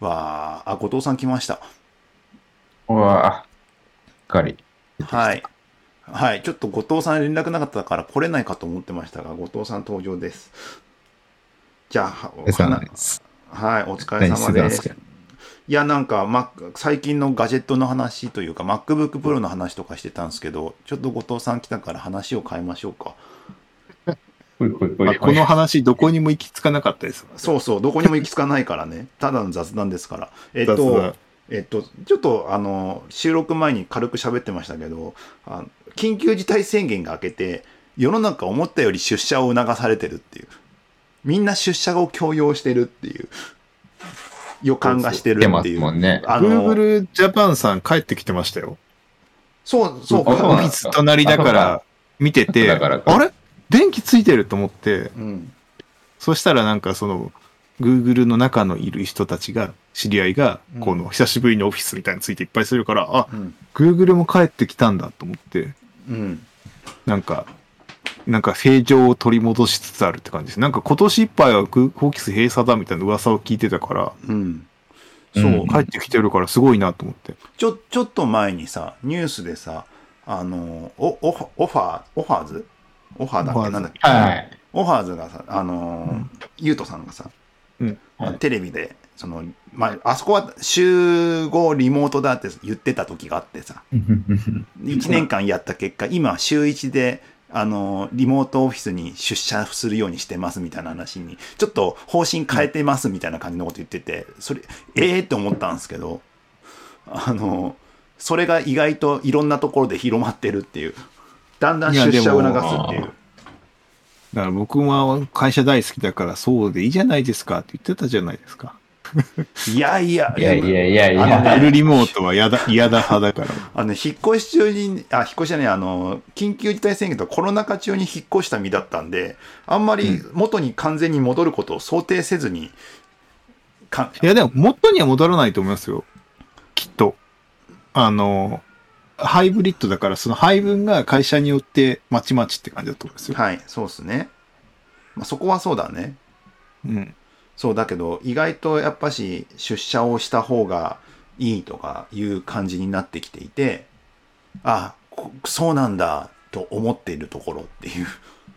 わあ、あ、後藤さん来ました。 うわあ、しっかり。 はい。はい。ちょっと後藤さん連絡なかったから来れないかと思ってましたが、後藤さん登場です。じゃあ、 お疲れ様です。 はい、お疲れ様です。いや、なんか、Mac、最近のガジェットの話というか、MacBook Pro の話とかしてたんですけど、ちょっと後藤さん来たから話を変えましょうか。 この話、どこにも行き着かなかったです。 そうそう、どこにも行き着かないからね。ただの雑談ですから。えっと、えっと、ちょっと、あの、収録前に軽く喋ってましたけど、あの緊急事態宣言が明けて、世の中思ったより出社を促されてるっていう。みんな出社を強要してるっていう。予感がしてるっていう。 もんね。 あの、Google Japan さん帰ってきてましたよ。 そう、そう。 オフィス隣だから見てて、あれ電気ついてると思って、うん、そしたらなんかその、Google の中のいる人たちが、知り合いが、この久しぶりにオフィスみたいについていっぱいするから、あ、うん、Google も帰ってきたんだと思って、うん、なんか、なんか正常を取り戻しつつあるって感じです。なんか今年いっぱいはオフィス閉鎖だみたいな噂を聞いてたから、うん、そう、うん、帰ってきてるからすごいなと思って。 ちょ、ちょっと前にさ、ニュースでさ、あの、おオフオファー、オファーズオファーだっけなんだっけ、はい、オファーズがさ、あの、うん、ゆうとさんがさ、うんはい、テレビで、その、まあ、あそこは週ごリモートだって言ってた時があってさ、いちねんかんやった結果、今週いちで、あの、リモートオフィスに出社するようにしてますみたいな話に、ちょっと方針変えてますみたいな感じのこと言ってて、それ、ええー、って思ったんですけど、あの、それが意外といろんなところで広まってるっていう、だんだん出社を促すっていう。 だから僕は会社大好きだからそうでいいじゃないですかって言ってたじゃないですか。 いやいやいやいやいやいや、 フルリモートは嫌だ、嫌だ派だから。 あの、引っ越し中に、あ、引っ越しじゃねえ、あの、緊急事態宣言とコロナ禍中に引っ越した身だったんで、あんまり元に完全に戻ることを想定せずに、 かいやでも元には戻らないと思いますよ。きっと。あの、ハイブリッドだから、その配分が会社によってまちまちって感じだと思うんですよ。 はい、そうですね。まあ、そこはそうだね。うん。そうだけど、意外とやっぱし出社をした方がいいとかいう感じになってきていて、あ、そうなんだと思っているところっていう。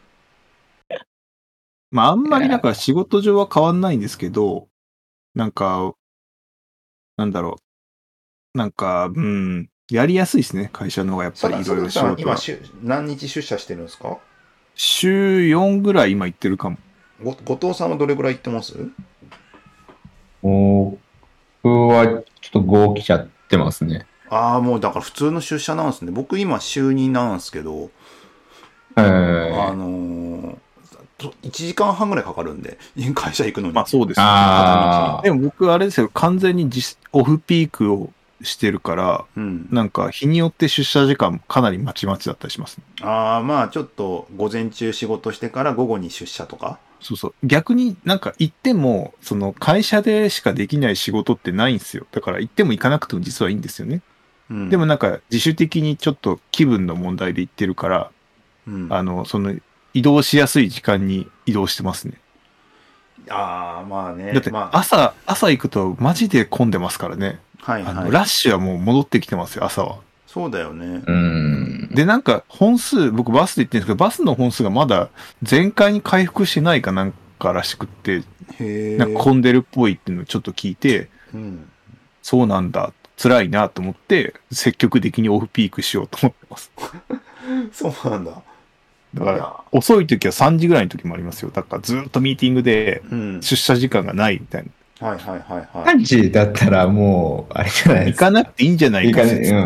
まあ、あんまりだから仕事上は変わんないんですけど、なんか、なんだろう。なんか、うん。 やりやすいですね、会社の方がやっぱりいろいろ仕事は。 今週、何日出社してるんですか？ 週よんぐらい今行ってるかも。 ご後藤さんはどれぐらい行ってます？ 僕はちょっとご来ちゃってますね。 ああ、もうだから普通の出社なんですね。僕今週になんですけど、 えー、 あのー、いちじかんはんぐらいかかるんで、会社行くのに。 まあそうですね。 あでも僕あれですよ、完全に実オフピークをしてるから、うん、なんか日によって出社時間かなりまちまちだったりしますね。 ああ、まあちょっと午前中仕事してから午後に出社とか。 そうそう。逆になんか行っても、その会社でしかできない仕事ってないんですよ。だから行っても行かなくても実はいいんですよね。うん、でもなんか自主的にちょっと気分の問題で行ってるから、うん、あの、その移動しやすい時間に移動してますね。 ああ、まあね。 だって朝、まあ、朝行くとマジで混んでますからね。はいはい。あのラッシュはもう戻ってきてますよ、朝は。 そうだよね。 うん。で、なんか本数、僕バスで行ってるんですけど、バスの本数がまだ前回に回復しないかなんからしくって、なんか混んでるっぽいっていうのをちょっと聞いて、うん、そうなんだ、辛いなと思って、積極的にオフピークしようと思ってます。 そうなんだ。 だから、遅い時はさんじぐらいの時もありますよ。だからずっとミーティングで出社時間がないみたいな。 うん、はいはいはいはい。 さんじだったらもう、あれじゃないですか。 行かなくていいんじゃないかって。 うん。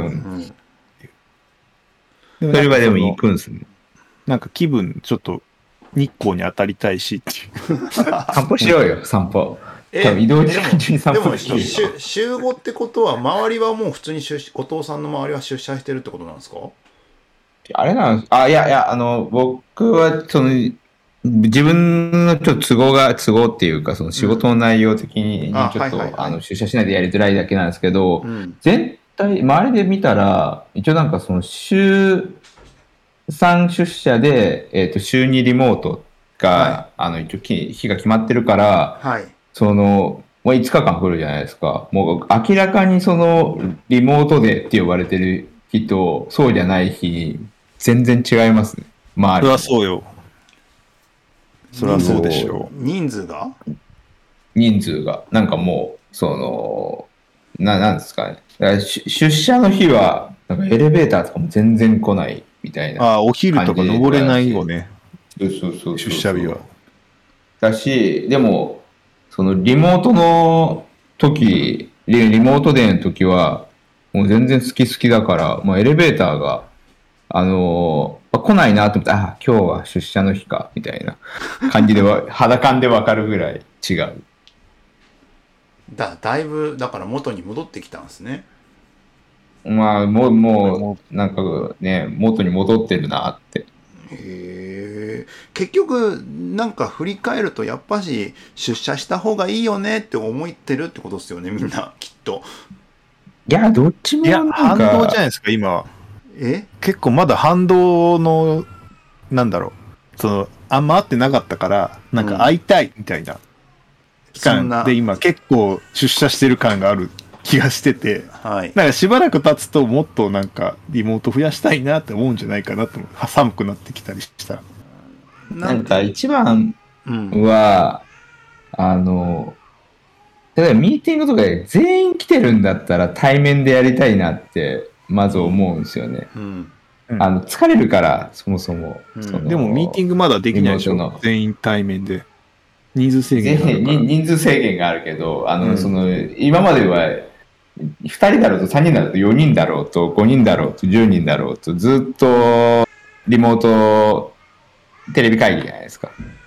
それはでも行くんですね。 なんか気分、ちょっと日光に当たりたいしっていう。 散歩しようよ、散歩。多分移動時間中に散歩しようよ。 でも、週ごってことは、周りはもう普通に出社、後藤さんの周りは出社してるってことなんですか？ あれなんですあ、いやいや、あの、僕は、その、自分のちょっと都合が、都合っていうか、その仕事の内容的に、ちょっと、あの、出社しないでやりづらいだけなんですけど、うん、全体、周りで見たら、一応なんかその、週さん出社で、えっと、週にリモートが、はい、あの、一応、日が決まってるから、はい、その、もういつかかん来るじゃないですか。もう明らかにその、リモートでって呼ばれてる日と、そうじゃない日、全然違いますね。まあ、 それはそうよ。それはそうでしょう。 人数が人数が。なんかもう、その、な、なんですかね。だから出社の日は、なんかエレベーターとかも全然来ないみたいな。 ああ、お昼とか登れないよね。 そうそうそう。 出社日は。 だし、でも、そのリモートの時、リ、リモートデーの時は、もう全然好き好きだから、もうエレベーターが、あのー、来ないなと思って、あ、今日は出社の日か、みたいな感じでは、肌感でわかるぐらい違う。 だ、だいぶ、だから元に戻ってきたんですね。 まあ、もう、もう、なんかね、元に戻ってるなって。 へえ。結局、なんか振り返ると、やっぱし出社した方がいいよねって思ってるってことですよね、みんな、きっと。 いや、どっちもなんか。 いや、反動じゃないですか、今は。 え結構まだ反動の、なんだろう、その、あんま会ってなかったから、なんか会いたいみたいな期間で今結構出社してる感がある気がしてて、はい、なんかしばらく経つともっとなんかリモート増やしたいなって思うんじゃないかなと思う。寒くなってきたりしたら。 なんか一番は、うん、あの、例えばミーティングとかで全員来てるんだったら対面でやりたいなってまず思うんですよね。うんうん、あの疲れるからそもそも、 うん、そでもミーティングまだできないでしょ。全員対面で人数制限があるから。 人数制限があるけど、あの、うん、その今まではふたりだろうとさんにんだろうとよにんだろうとごにんだろうとじゅうにんだろうとずっとリモートテレビ会議じゃないですか。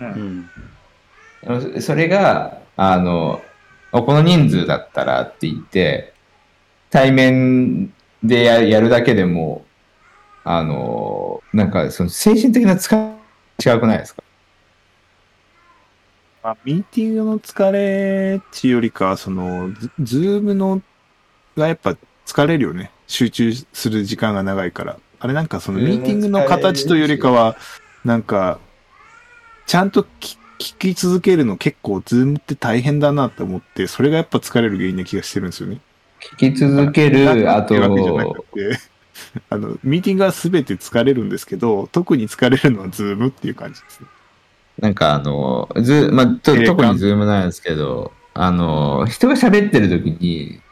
うん、それがあのこの人数だったらって言って対面で や, やるだけでもあのなんかその精神的な疲れ違くないですか？ まあ、ミーティングの疲れっていうよりかその ズ, ズームのがやっぱ疲れるよね。集中する時間が長いからあれなんかそのミーティングの形というよりかはなんかちゃんと聞聞き続けるの結構ズームって大変だなと思ってそれがやっぱ疲れる原因な気がしてるんですよね。 聞き続けるあとあのミーティングは全て疲れるんですけど特に疲れるのはズームっていう感じですね。 なんかあのズ、まあ、と特にズームなんですけどあの人が喋ってる時に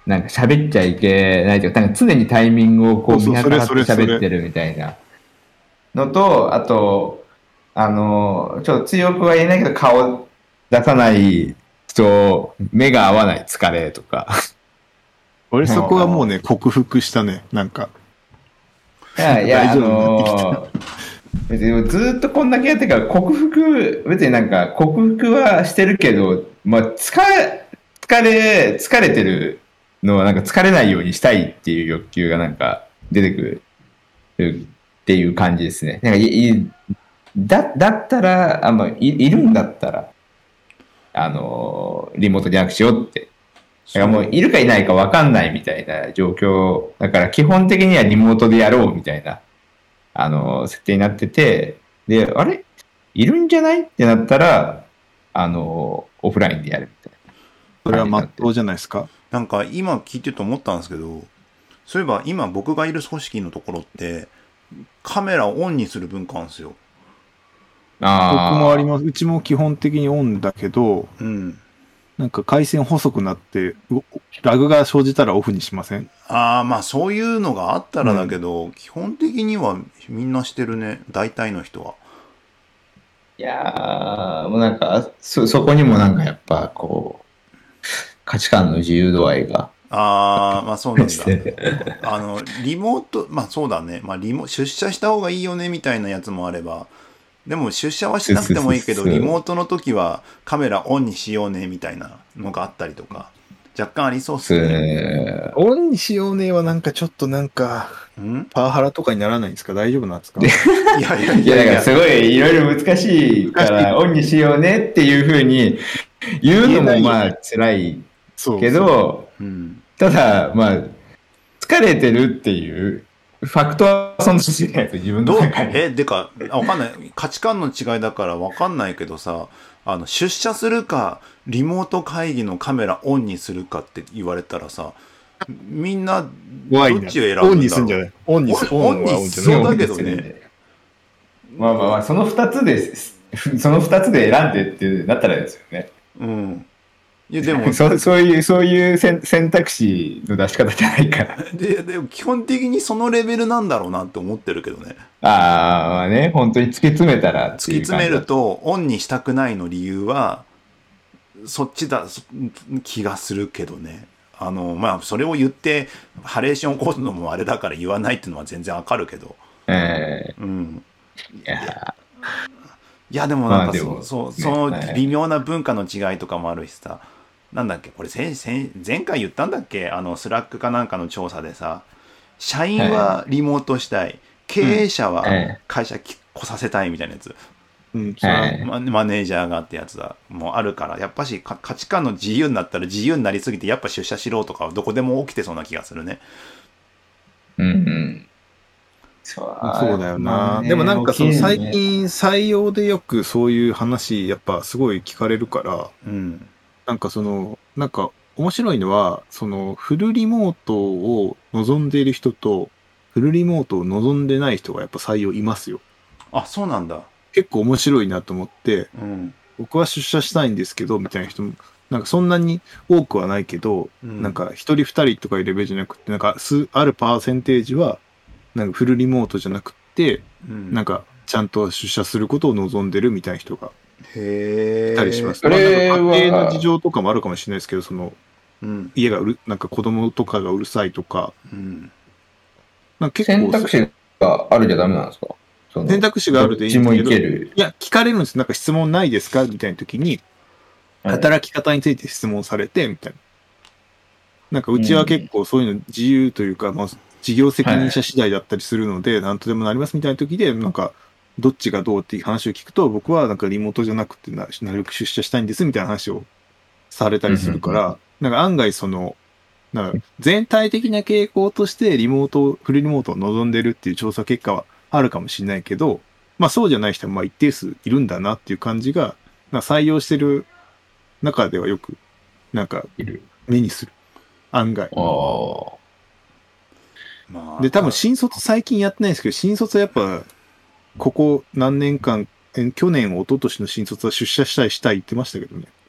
なんか喋っちゃいけないというか、なんか常にタイミングをこう見計らって喋ってるみたいなのと、あと、あの、ちょっと強くは言えないけど、顔出さない人、目が合わない疲れとか。 俺そこはもうね、克服したね、なんか。 いや、いや、あのー、別にずっとこんだけやってから克服、別になんか克服はしてるけど、まあ、疲れ、疲れ、疲れてるのはなんか疲れないようにしたいっていう欲求がなんか出てくるっていう感じですね。なんかいいだ、だったら、あのい、いるんだったら、あのー、リモートで握手しようって。だからもういるかいないか分かんないみたいな状況。だから基本的にはリモートでやろうみたいな、あのー、設定になってて、で、あれいるんじゃないってなったら、あのー、オフラインでやるみたいな。 それはまっとうじゃないですか。 なんか今聞いてると思ったんですけど、そういえば今僕がいる組織のところってカメラをオンにする文化なんですよ。 あ僕もあります。うちも基本的にオンだけど、 うん、 なんか回線細くなってラグが生じたらオフにしません？ ああ、まあそういうのがあったらだけど、うん、基本的にはみんなしてるね、大体の人は。 いやー、もうなんかそ、そこにもなんかやっぱこう、価値観の自由度合いが。 ああ、まあそうなんだ。あの、リモート、まあそうだね。まあリモ、出社した方がいいよねみたいなやつもあれば、でも出社はしなくてもいいけど、リモートの時はカメラオンにしようねみたいなのがあったりとか、若干ありそうっすね。 オンにしようねはなんかちょっとなんか、んパワハラとかにならないんですか？大丈夫なんですか？いやいやいや、だからすごいいろいろ難しいから、オンにしようねっていうふうに言うのもまあ辛いけど、うん、ただまあ疲れてるっていうファクトはそんなしないです、自分の中に。 え、でか、わかんない。価値観の違いだからわかんないけどさ、あの、出社するか、リモート会議のカメラオンにするかって言われたらさ、みんな、どっちを選ぶんだろう。 オンにするんじゃないオンにする。 オンにしそうだけどね。 まあまあまあ、その二つで、その二つで選んでってなったらですよね。 うん。いやでもそそういう、そういう選択肢の出し方じゃないから。 で、でも基本的にそのレベルなんだろうなって思ってるけどね。 ああ、まあね、本当に突き詰めたら突き詰めると、オンにしたくないの理由は、そっちだ、気がするけどね。あの、まあ、それを言って、ハレーション起こすのもあれだから言わないっていうのは全然わかるけど。 ええー。 うん。 いやいや、でもなんかそ、まあ、そう、その微妙な文化の違いとかもあるしさ、なんだっけこれ前回言ったんだっけあのスラックかなんかの調査でさ、社員はリモートしたい、はい、経営者は会社来させたいみたいなやつ、うんはい、マネージャーがってやつだもうあるから、やっぱし価値観の自由になったら自由になりすぎてやっぱ出社しろとかどこでも起きてそうな気がするね。 うんうんそうそうだよな、まあね、でもなんかその最近採用でよくそういう話やっぱすごい聞かれるから、うん、なんかそのなんか面白いのはそのフルリモートを望んでいる人とフルリモートを望んでない人がやっぱ採用いますよ。 あ、そうなんだ。 結構面白いなと思って、うん、僕は出社したいんですけどみたいな人もなんかそんなに多くはないけど、うん、なんか一人二人とかいうレベルじゃなくてなんか数あるパーセンテージはなんかフルリモートじゃなくって、うん、なんかちゃんと出社することを望んでるみたいな人がいたりします。それは家庭の事情とかもあるかもしれないですけど、その、うん、家がうるなんか子供とかがうるさいとか、うん、 なんか結構選択肢があるじゃダメなんですか？ 選択肢があるでいいんですけど、いや聞かれるんです。なんか質問ないですかみたいな時に、働き方について質問されてみたいな。なんかうちは結構そういうの自由というか、まあ事業責任者次第だったりするので、何とでもなりますみたいな時で、なんか、どっちがどうっていう話を聞くと、僕はなんかリモートじゃなくてな、なるべく出社したいんですみたいな話をされたりするから、なんか案外その、なんか全体的な傾向としてリモート、フルリモートを望んでるっていう調査結果はあるかもしれないけど、まあそうじゃない人もまあ一定数いるんだなっていう感じが、なんか採用してる中ではよく、なんか、目にする。案外。あまあ、で、多分新卒最近やってないんですけど、新卒はやっぱ、ここ何年間、去年、一昨年の新卒は出社したいしたい言ってましたけどね。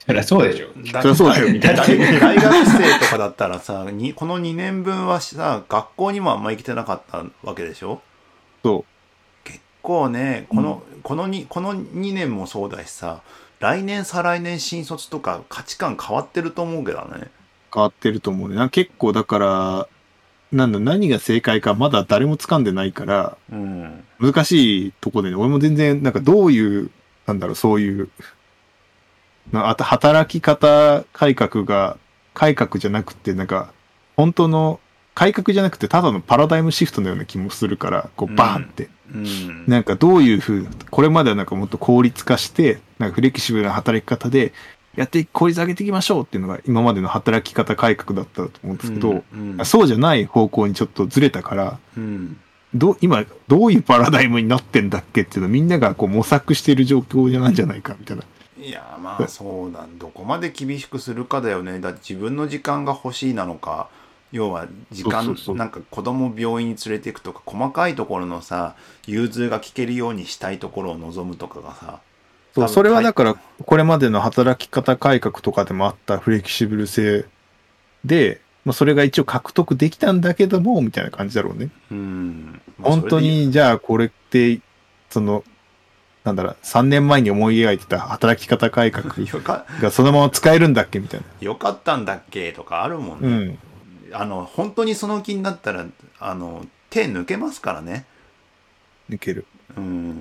そりゃそうでしょ。 そりゃそうだよみたいな。 大学生とかだったらさ、にこのにねんぶんはさ、学校にもあんま行けてなかったわけでしょ。 そう。 結構ね、この、うん、このに、このにねんもそうだしさ、来年再来年新卒とか価値観変わってると思うけどね。 変わってると思うね。結構だから、なんだ、何が正解かまだ誰も掴んでないから、うん、難しいとこでね、俺も全然、なんかどういう、なんだろう、そういう、あと働き方改革が、改革じゃなくて、なんか、本当の、改革じゃなくて、ただのパラダイムシフトのような気もするから、こう、バーンって。うんうん、なんかどういうふう、これまではなんかもっと効率化して、なんかフレキシブルな働き方で、やって効率上げていきましょうっていうのが今までの働き方改革だったと思うんですけど、うんうん、そうじゃない方向にちょっとずれたから、うん、ど今どういうパラダイムになってんだっけっていうのをみんながこう模索している状況じゃないんじゃないかみたいな。 いやまあそうだ、どこまで厳しくするかだよね。だって自分の時間が欲しいなのか、要は時間、そうそうそう、なんか子供を病院に連れていくとか、細かいところのさ、融通が利けるようにしたいところを望むとかがさ、 そう、それはだから、これまでの働き方改革とかでもあったフレキシブル性で、まあ、それが一応獲得できたんだけども、みたいな感じだろうね。うん。まあ、本当に、じゃあこれって、その、なんだろう、さんねんまえに思い描いてた働き方改革がそのまま使えるんだっけみたいな。 よかったんだっけとかあるもんね。うん。あの、本当にその気になったら、あの、手抜けますからね。 抜ける。うん、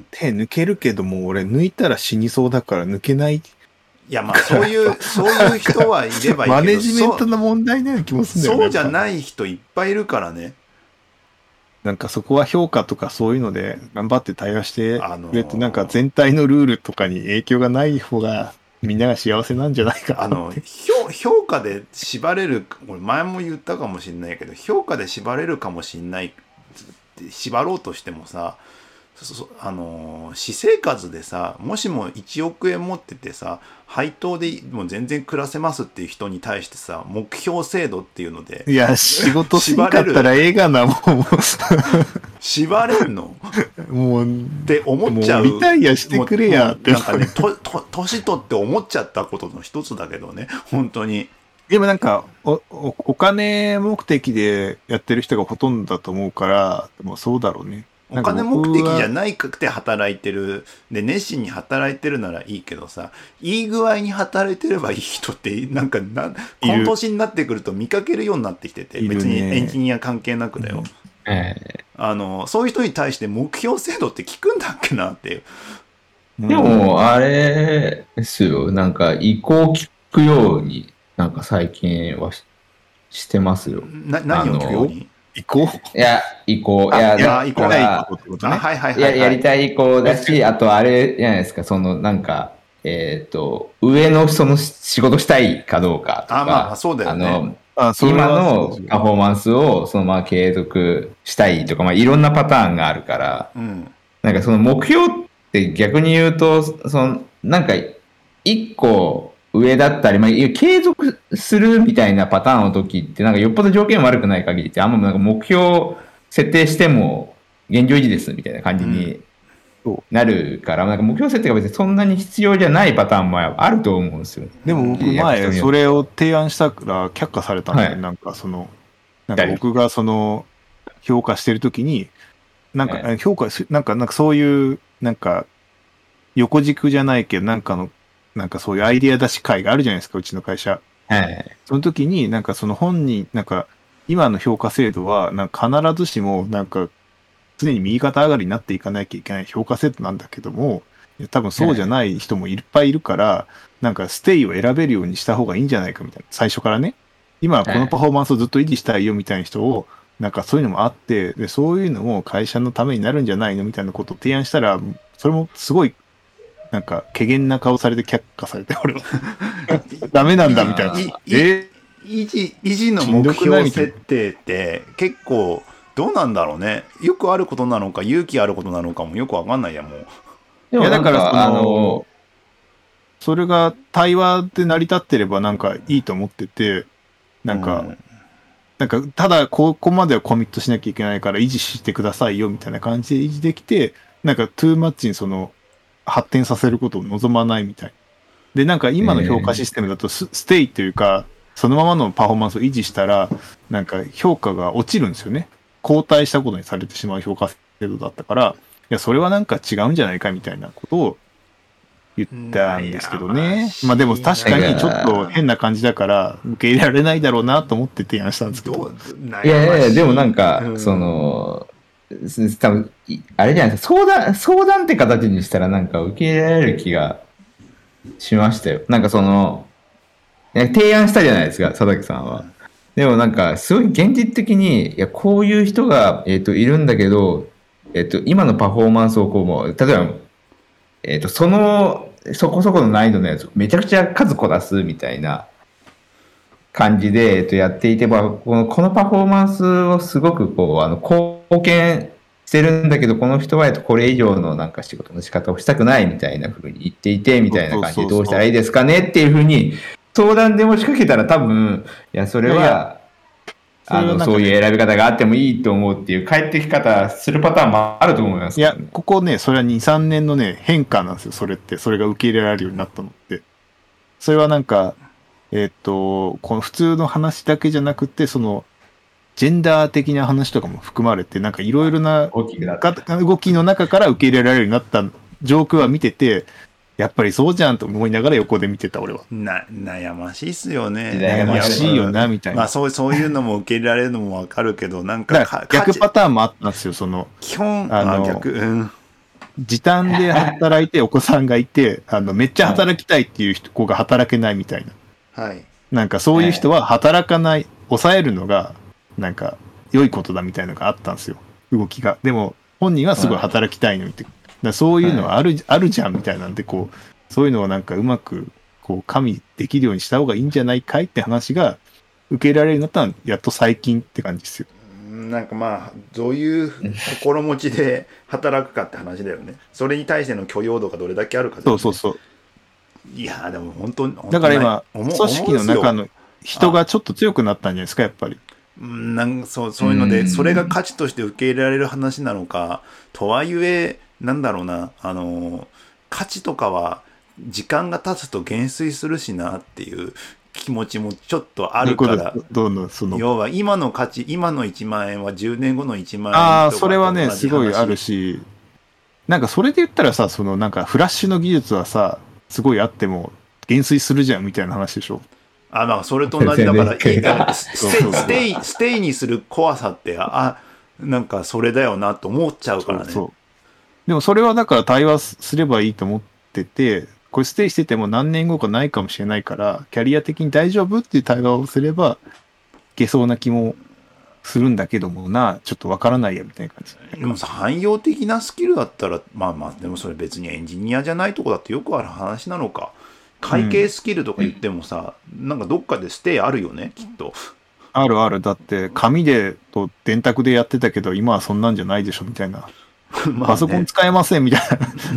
手抜けるけども俺抜いたら死にそうだから抜けない。いやまあそういうそういう人はいればいいけどマネジメントの問題のような気もするんだよね。 そうじゃない人いっぱいいるからね。 なんかそこは評価とかそういうので頑張って対応してくれて、なんか全体のルールとかに影響がない方がみんなが幸せなんじゃないかなって。あの評価で縛れる、これ前も言ったかもしれないけど、評価で縛れるかもしれないって縛ろうとしてもさ、そあの私生活でさ、もしもいちおくえん持っててさ、配当でもう全然暮らせますっていう人に対してさ、目標制度っていうので、 いや仕事しなかったら映画なもん縛れるのもうって思っちゃう。 もうリタイアしてくれやってなんかね、とと年取って思っちゃったことの一つだけどね、本当に。 でもなんかおおお金目的でやってる人がほとんどだと思うから、でもそうだろうね。 お金目的じゃないくて働いてるで、熱心に働いてるならいいけどさ、いい具合に働いてればいい人ってなんかな、この年になってくると見かけるようになってきてて、別にエンジニア関係なくだよ、うんえー、あのそういう人に対して目標制度って聞くんだっけなっていう。 でもあれですよ、なんか意向聞くようになんか最近は し, してますよ。 な何を聞くように？ 移行いや、移行。いや、だから、やりたい移行だし、あとあれじゃないですか、そのなんか、えっと、上のその仕事したいかどうかとか、 あ、まあそうだよね。あの、 あ今のパフォーマンスをそのまま継続したいとか、まあいろんなパターンがあるから、うん、なんかその目標って逆に言うと、そのなんか一個、上だったり、まあ、継続するみたいなパターンの時って、なんかよっぽど条件悪くない限りって、あんまなんか目標設定しても現状維持ですみたいな感じになるから、うん、なんか目標設定が別にそんなに必要じゃないパターンもあると思うんですよ。 でも僕前それを提案したから却下されたんで、はい、なんかその、なんか僕がその評価してる時に、なんか、はい、評価す、なんか、なんかそういう、なんか横軸じゃないけど、なんかの、なんかそういうアイディア出し会があるじゃないですか、うちの会社。はい。その時に、なんかその本人、なんか、今の評価制度は、なんか必ずしも、なんか、常に右肩上がりになっていかなきゃいけない評価制度なんだけども、多分そうじゃない人もいっぱいいるから、はい、なんかステイを選べるようにした方がいいんじゃないかみたいな。最初からね。今はこのパフォーマンスをずっと維持したいよみたいな人を、なんかそういうのもあって、で、そういうのも会社のためになるんじゃないのみたいなことを提案したら、それもすごい、なんか、怪げな顔されて却下されて、俺は。ダメなんだ、みたいな。 え維持、維持の目標設定って、結構、どうなんだろうね。よくあることなのか、勇気あることなのかもよくわかんないや、もう。 いや、だから、あの、それが対話で成り立ってればなんかいいと思ってて、なんか、うん、なんか、ただ、ここまではコミットしなきゃいけないから維持してくださいよ、みたいな感じで維持できて、なんか、トゥーマッチにその、発展させることを望まないみたい。 で、なんか今の評価システムだとス、ステイというか、そのままのパフォーマンスを維持したら、なんか評価が落ちるんですよね。後退したことにされてしまう評価制度だったから、いや、それはなんか違うんじゃないかみたいなことを言ったんですけどね。まあでも確かにちょっと変な感じだから、受け入れられないだろうなと思って提案したんですけど。 いやいやいや、でもなんか、うん、その、多分あれじゃないですか、相談、相談って形にしたらなんか受け入れられる気がしましたよ。なんかその、提案したじゃないですか、佐竹さんは。でもなんか、すごい現実的に、いや、こういう人が、えっと、いるんだけど、えっと、今のパフォーマンスをこう、もう、例えば、えっと、その、そこそこの難易度のやつをめちゃくちゃ数こなすみたいな感じで、えっと、やっていて、この、このパフォーマンスをすごくこう、あの、貢献してるんだけど、この人は、えっと、これ以上のなんか仕事の仕方をしたくないみたいな風に言っていて、みたいな感じで、どうしたらいいですかねっていう風に、相談でも仕掛けたら多分、いや、それは、あの、そういう選び方があってもいいと思うっていう帰ってき方するパターンもあると思います、 ね。いや、ここね、それはに、さんねんのね、変化なんですよ、それって。それが受け入れられるようになったのって。それはなんか、えー、っと、この普通の話だけじゃなくて、その、ジェンダー的な話とかも含まれて、なんかいろいろな動きの中から受け入れられるようになった状況は見てて、やっぱりそうじゃんと思いながら横で見てた俺は。 な、悩ましいっすよね。 悩ましいよな、みたいな。 まあそう、そういうのも受け入れられるのもわかるけど、なんかか逆パターンもあったんですよ、その。 基本、あの、逆、うん。 時短で働いてお子さんがいて、あの、めっちゃ働きたいっていう子が働けないみたいな。はい。 なんかそういう人は働かない、抑えるのが、なんか良いことだみたいなのがあったんですよ、動きが。でも、本人はすごい働きたいのにって。だそういうのはある、はい、あるじゃんみたいなんで、こう、そういうのをなんかうまく、こう、加味できるようにした方がいいんじゃないかいって話が受け入れられるようになったのは、やっと最近って感じですよ。 なんかまあ、どういう心持ちで働くかって話だよね。それに対しての許容度がどれだけあるか、ね。 そうそうそう。 いやー、でも本当に。 だから今、組織の中の人がちょっと強くなったんじゃないですか、やっぱり。 なんそうそういうので、それが価値として受け入れられる話なのか、とはいえ、なんだろうな、あの、価値とかは時間が経つと減衰するしなっていう気持ちもちょっとあるから、 どんどんその要は今の価値、今のいちまん円はじゅうねんごのいちまん円とか。 ああ、それはね、すごいあるし、なんかそれで言ったらさ、そのなんかフラッシュの技術はさ、すごいあっても減衰するじゃんみたいな話でしょ。 あ、まあ、それと同じだから、いいからステイ、ステイ、ステイにする怖さって、あ、なんかそれだよなと思っちゃうからね。そうそう。 でもそれはだから対話すればいいと思ってて、これステイしてても何年後かないかもしれないから、キャリア的に大丈夫っていう対話をすれば、いけそうな気もするんだけどもな、ちょっとわからないやみたいな感じ。 でも汎用的なスキルだったら、まあまあ、でもそれ別にエンジニアじゃないとこだってよくある話なのか。会計スキルとか言ってもさ、うん、なんかどっかでステイあるよね、きっと。 あるある。だって、紙でと電卓でやってたけど、今はそんなんじゃないでしょ、みたいな。まあね、パソコン使えません、みたいな。 うん。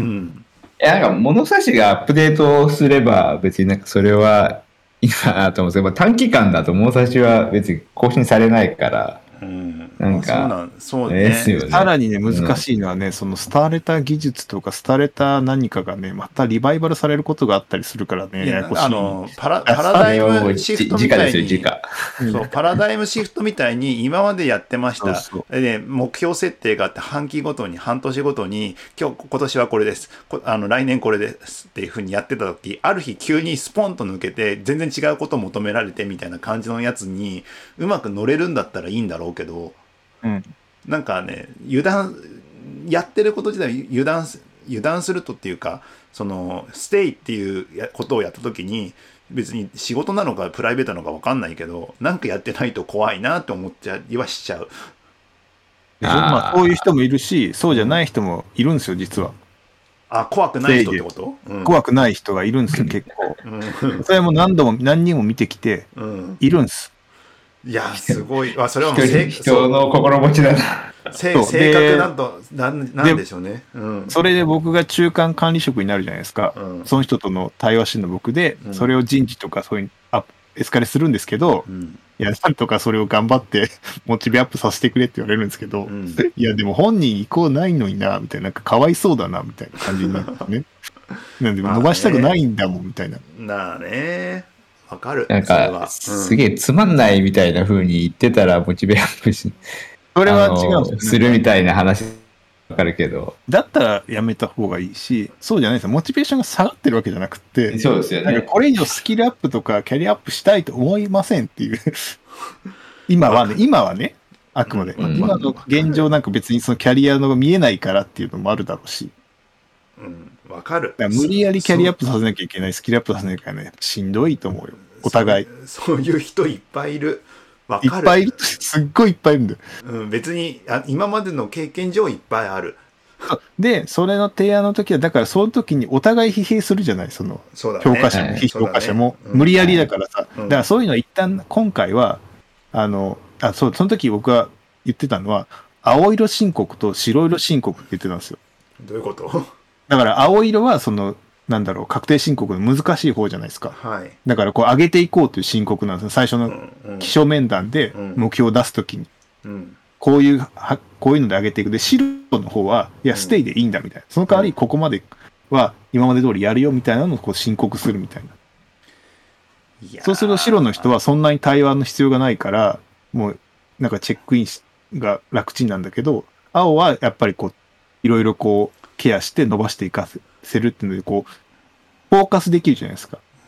いや、なんか物差しがアップデートすれば、別になんかそれはいいかなと思うんですけど、短期間だと物差しは別に更新されないから、うん、なんか、そうなんそうね。ですよね。 さらにね、難しいのはね、うん、そのスターレタ技術とかスターレタ何かがね、またリバイバルされることがあったりするからね、ややこしい。 あの、パラ、パラダイムシフトみたいに、そう、パラダイムシフトみたいに今までやってました。そうそうで、目標設定があって半期ごとに、半年ごとに、今日、今年はこれです。あの、来年これですっていうふうにやってた時、ある日急にスポンと抜けて、全然違うことを求められてみたいな感じのやつに、うまく乗れるんだったらいいんだろうけど、うん、なんかね、油断、やってること自体油断、油断するとっていうか、その、ステイっていうことをやったときに、別に仕事なのかプライベートなのか分かんないけど、なんかやってないと怖いなって思っちゃいはしちゃう。 あまあ、そういう人もいるし、そうじゃない人もいるんですよ、実は。 あ、怖くない人ってこと、 うん、怖くない人がいるんですよ、結構。うん、それも何度も何人も見てきて、うん、いるんです。 いや、すごい。あ、それはもう人の心持ちだな。 性格なんと、なんなんでしょうね、うん。それで僕が中間管理職になるじゃないですか。うん、その人との対話してるの僕で、うん、それを人事とかそういうあエスカレするんですけど、うん、いや、なんとかそれを頑張ってモチベアップさせてくれって言われるんですけど、うん、いや、でも本人意向ないのにな、みたいな、なんかかわいそうだな、みたいな感じになってね。 なんで伸ばしたくないんだもんみたいな。 なあね。わかる。 なんか、すげえつまんないみたいな風に言ってたらモチベアップし、 それは違うんですよ、ね、 するみたいな話わかるけど。 だったらやめた方がいいし、そうじゃないですよ。モチベーションが下がってるわけじゃなくて、 そうですよね。 なんかこれ以上スキルアップとかキャリアアップしたいと思いませんっていう。今はね、今はね、あくまで。うん、今の現状なんか別にそのキャリアの見えないからっていうのもあるだろうし。 うん、わかる。 だから無理やりキャリアアップさせなきゃいけない、スキルアップさせなきゃいけない。しんどいと思うよ。お互い。 そ, そういう人いっぱいいる。わかる。 いっぱいいる。すっごいいっぱいいるんだよ。 うん、別にあ今までの経験上いっぱいある。 で、それの提案の時は、だからその時にお互い疲弊するじゃない、その、 そうだね、 評価者も非評価者も、ね、無理やりだからさ、うん、だからそういうのは一旦今回は、あの、あ、そう、その時僕が言ってたのは、青色申告と白色申告って言ってたんですよ。 どういうこと？ だから青色はその、なんだろう、確定申告の難しい方じゃないですか。 はい。 だからこう上げていこうという申告なんですよ。最初の基礎面談で目標を出すときに。うんうんこういう、こういうので上げていく。で、白の方は、いや、ステイでいいんだみたいな。その代わり、ここまでは今まで通りやるよみたいなのをこう申告するみたいな。そうすると白の人はそんなに対話の必要がないから、もう、なんかチェックインが楽ちんなんだけど、青はやっぱりこう、いろいろこう、ケアして伸ばしていかせるっていうので、こう、フォーカスできるじゃないですか。 うん。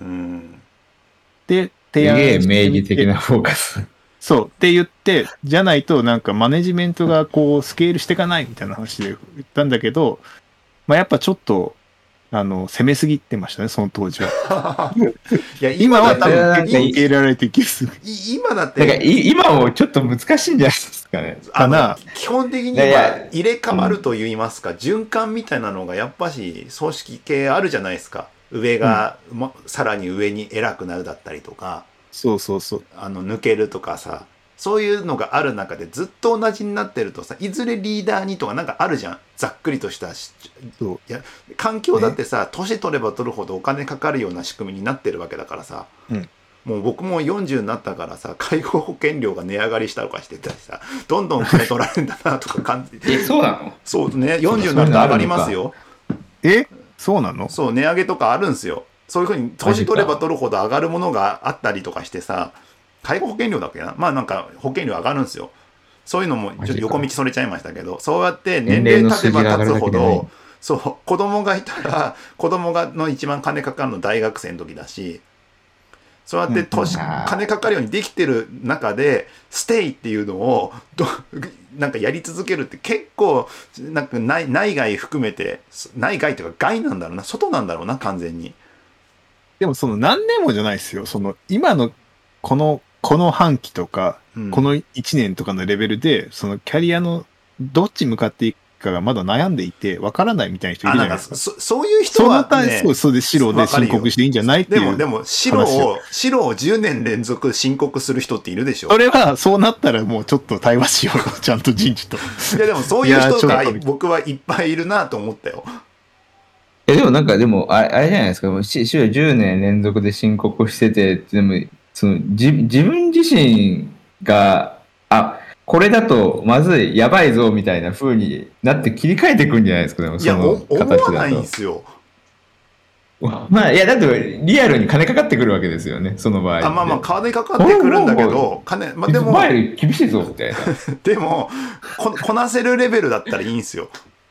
で、 提案してみて。すげえ名義的なフォーカス。 そうって言って、じゃないとなんかマネジメントがこうスケールしていかないみたいな話で言ったんだけど、まあやっぱちょっと、あの、攻めすぎてましたね、その当時は。いや、今は多分受け入れられていきます。 今だって。 なんか今もちょっと難しいんじゃないですかね。 かな。基本的には入れ替わると言いますか、うん、循環みたいなのがやっぱし組織系あるじゃないですか。上が、うんま、さらに上に偉くなるだったりとか。 そうそうそう。 あの抜けるとかさそういうのがある中でずっと同じになってるとさいずれリーダーにとかなんかあるじゃんざっくりとしたそういや環境だってさ年、ね、取れば取るほどお金かかるような仕組みになってるわけだからさ、うん、もう僕もよんじゅうになったからさ介護保険料が値上がりしたとかしてたりさどんどん金取られるんだなとか感じえそうなのそうねよんじゅうになると上がりますよえそうなのそう値上げとかあるんですよそういうふうに年取れば取るほど上がるものがあったりとかしてさ介護保険料だっけなまあなんか保険料上がるんですよそういうのもちょっと横道それちゃいましたけどそうやって年齢経てば経つほどそう子供がいたら子供がの一番金かかるの大学生の時だしそうやって年、うん、金かかるようにできてる中でステイっていうのをどなんかやり続けるって結構なんか 内, 内外含めて内外というか外なんだろうな外なんだろうな完全にでもその何年もじゃないですよその今のこのこの半期とか、うん、このいちねんとかのレベルでそのキャリアのどっち向かっていくかがまだ悩んでいてわからないみたいな人いるじゃないですか。 そ, そういう人は、ね、 そうそうで白で申告していいんじゃないっていうでもでも白を白をじゅうねん連続申告する人っているでしょ。 それはそうなったらもうちょっと対話しようちゃんと人事と。 いやでもそういう人が僕はいっぱいいるなと思ったよ。 えでもなんかでもあれ、あれじゃないですか白じゅうねん連続で申告しててでもそのじ自分自身があこれだとまずいやばいぞみたいな風になって切り替えていくんじゃないですかでもその形だと。 いや思わないんですよ。 まあいやだってリアルに金かかってくるわけですよねその場合。 あまあまあ金かかってくるんだけど金まあでも前より厳しいぞみたいな。 でも こ, こなせるレベルだったらいいんですよ。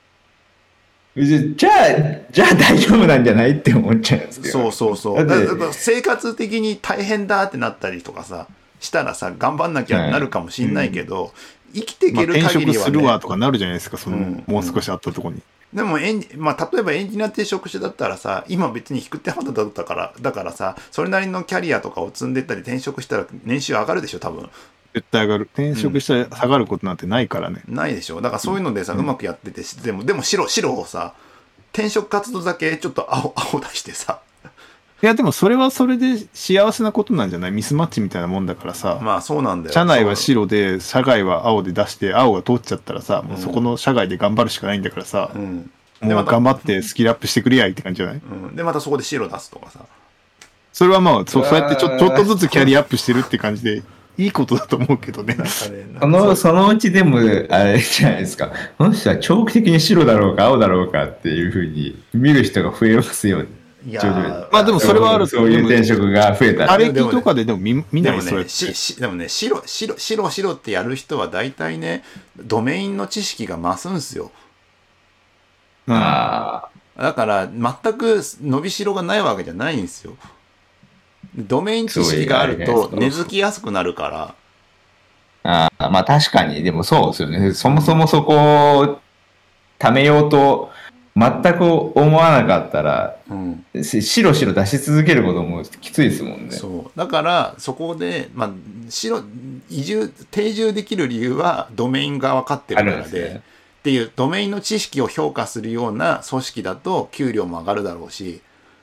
じゃあ、じゃあ大丈夫なんじゃないって思っちゃうんですけど。そうそうそう。だだ生活的に大変だってなったりとかさ、したらさ、頑張んなきゃなるかもしんないけど、はいうん、生きていける限りは、ね。まあ、 転職するわとかなるじゃないですか、その、うん、もう少しあったところに。 でもエンジ、まあ、例えばエンジニア転職してだったらさ、今別に引く手肌だったから、だからさ、それなりのキャリアとかを積んでったり転職したら年収上がるでしょ、多分。 絶対上がる。転職したら下がることなんてないからね。 うん、ないでしょ。だからそういうのでさ、うん、うまくやってて、でも、でも白、白をさ、転職活動だけちょっと青、青出してさ。 いやでもそれはそれで幸せなことなんじゃないミスマッチみたいなもんだからさ。 まあそうなんだよ。 社内は白で、社外は青で出して、青が通っちゃったらさ、うん、もうそこの社外で頑張るしかないんだからさ。うん、もう頑張ってスキルアップしてくれやいって感じじゃない、 うん、で、またそこで白出すとかさ。 それはまあ、そう、そうやってちょ、ちょっとずつキャリアアップしてるって感じでいいことだと思うけどね。 その、そのうちでも、あれじゃないですか。この人は長期的に白だろうか青だろうかっていうふうに見る人が増えますよね。 いやまあでもそれはある。 そういう転職が増えたら。 あれとかででも見見ないですよね。ししでもね、白、白、白、白ってやる人は大体ね、ドメインの知識が増すんすよ。 ああ。だから、全く伸びしろがないわけじゃないんですよ。ドメイン知識があると根付きやすくなるから。 ああ、まあ確かに、でもそうですよね。そもそもそこを貯めようと全く思わなかったら、うん、白白出し続けることもきついですもんね。 そう。だから、そこで、まあ、白、移住、定住できる理由はドメインが分かってるからで、でね、っていうドメインの知識を評価するような組織だと給料も上がるだろうし、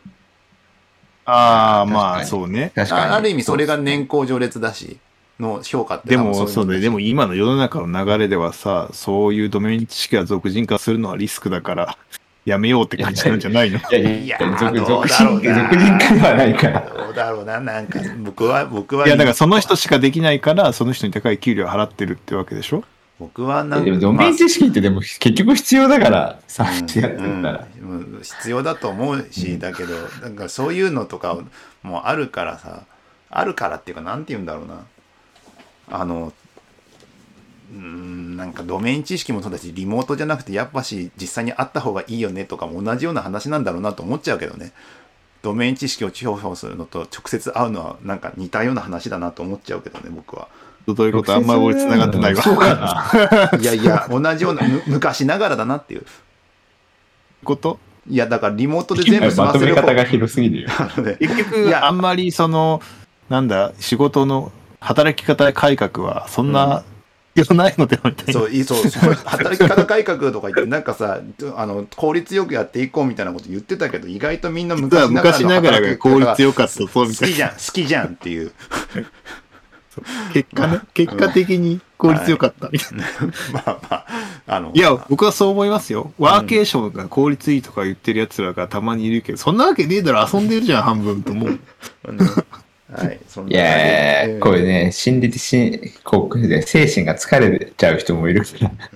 ああ、まあ、そうね。 確かに。ある意味それが年功序列だし、の評価ってでも、そうね。でも今の世の中の流れではさ、そういうドメイン知識が俗人化するのはリスクだから、やめようって感じなんじゃないの？いやいやいや、俗人化ではないから。 どうだろうな、なんか、僕は、僕は。 いや、だからその人しかできないから、その人に高い給料を払ってるってわけでしょ？ 僕はなんか。 でもドメイン知識ってでも結局必要だから、さ、やってるなら。必要だと思うし、だけど、なんかそういうのとかもあるからさ、あるからっていうか、なんて言うんだろうな。あの、うーん、なんかドメイン知識もそうだし、リモートじゃなくてやっぱし実際にあった方がいいよねとかも同じような話なんだろうなと思っちゃうけどね。ドメイン知識を重宝するのと直接会うのはなんか似たような話だなと思っちゃうけどね、僕は。 どういうこと？あんまり俺繋がってないわ。そうかな。いやいや、同じような、昔ながらだなっていう。 こといや、だからリモートで全部済ませるまとめ方が広すぎるよ。 結局、あんまりその、なんだ、仕事の働き方改革はそんな必要ないのではみたいな。 そう、そう、そう働き方改革とか言って、なんかさ、あの、効率よくやっていこうみたいなこと言ってたけど、意外とみんな昔ながらの昔ながらが効率よかったそうみたいな。 好きじゃん、好きじゃんっていう。 結果ね、結果的に効率よかったみたいな。 まあまあ、あの。 いや、僕はそう思いますよ。ワーケーションが効率いいとか言ってる奴らがたまにいるけど、そんなわけねえだろ、遊んでるじゃん、半分と思う。 はい、そんないやー、これね、心理的、こう、精神が疲れちゃう人もいるから。うん、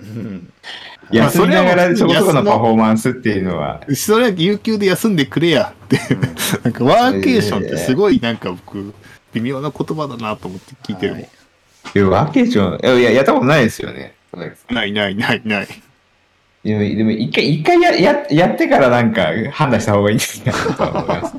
休みながらそこそこのパフォーマンスっていうのは。 それは有給で休んでくれやって。なんかワーケーションってすごいなんか僕、微妙な言葉だなと思って聞いてるもん。はいいやワーケーション、いや、やったことないですよね。 ないないないない。 でも、でも一回、一回や、や、やってからなんか判断した方がいいんじゃないかと思います。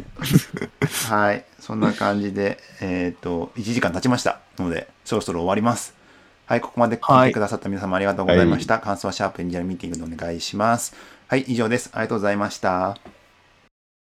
はい。そんな感じで、えっと、いちじかん経ちましたので、そろそろ終わります。はい。ここまで聞いてくださった皆様ありがとうございました。はい、感想はシャープエンジニアミーティングでお願いします。はい。以上です。ありがとうございました。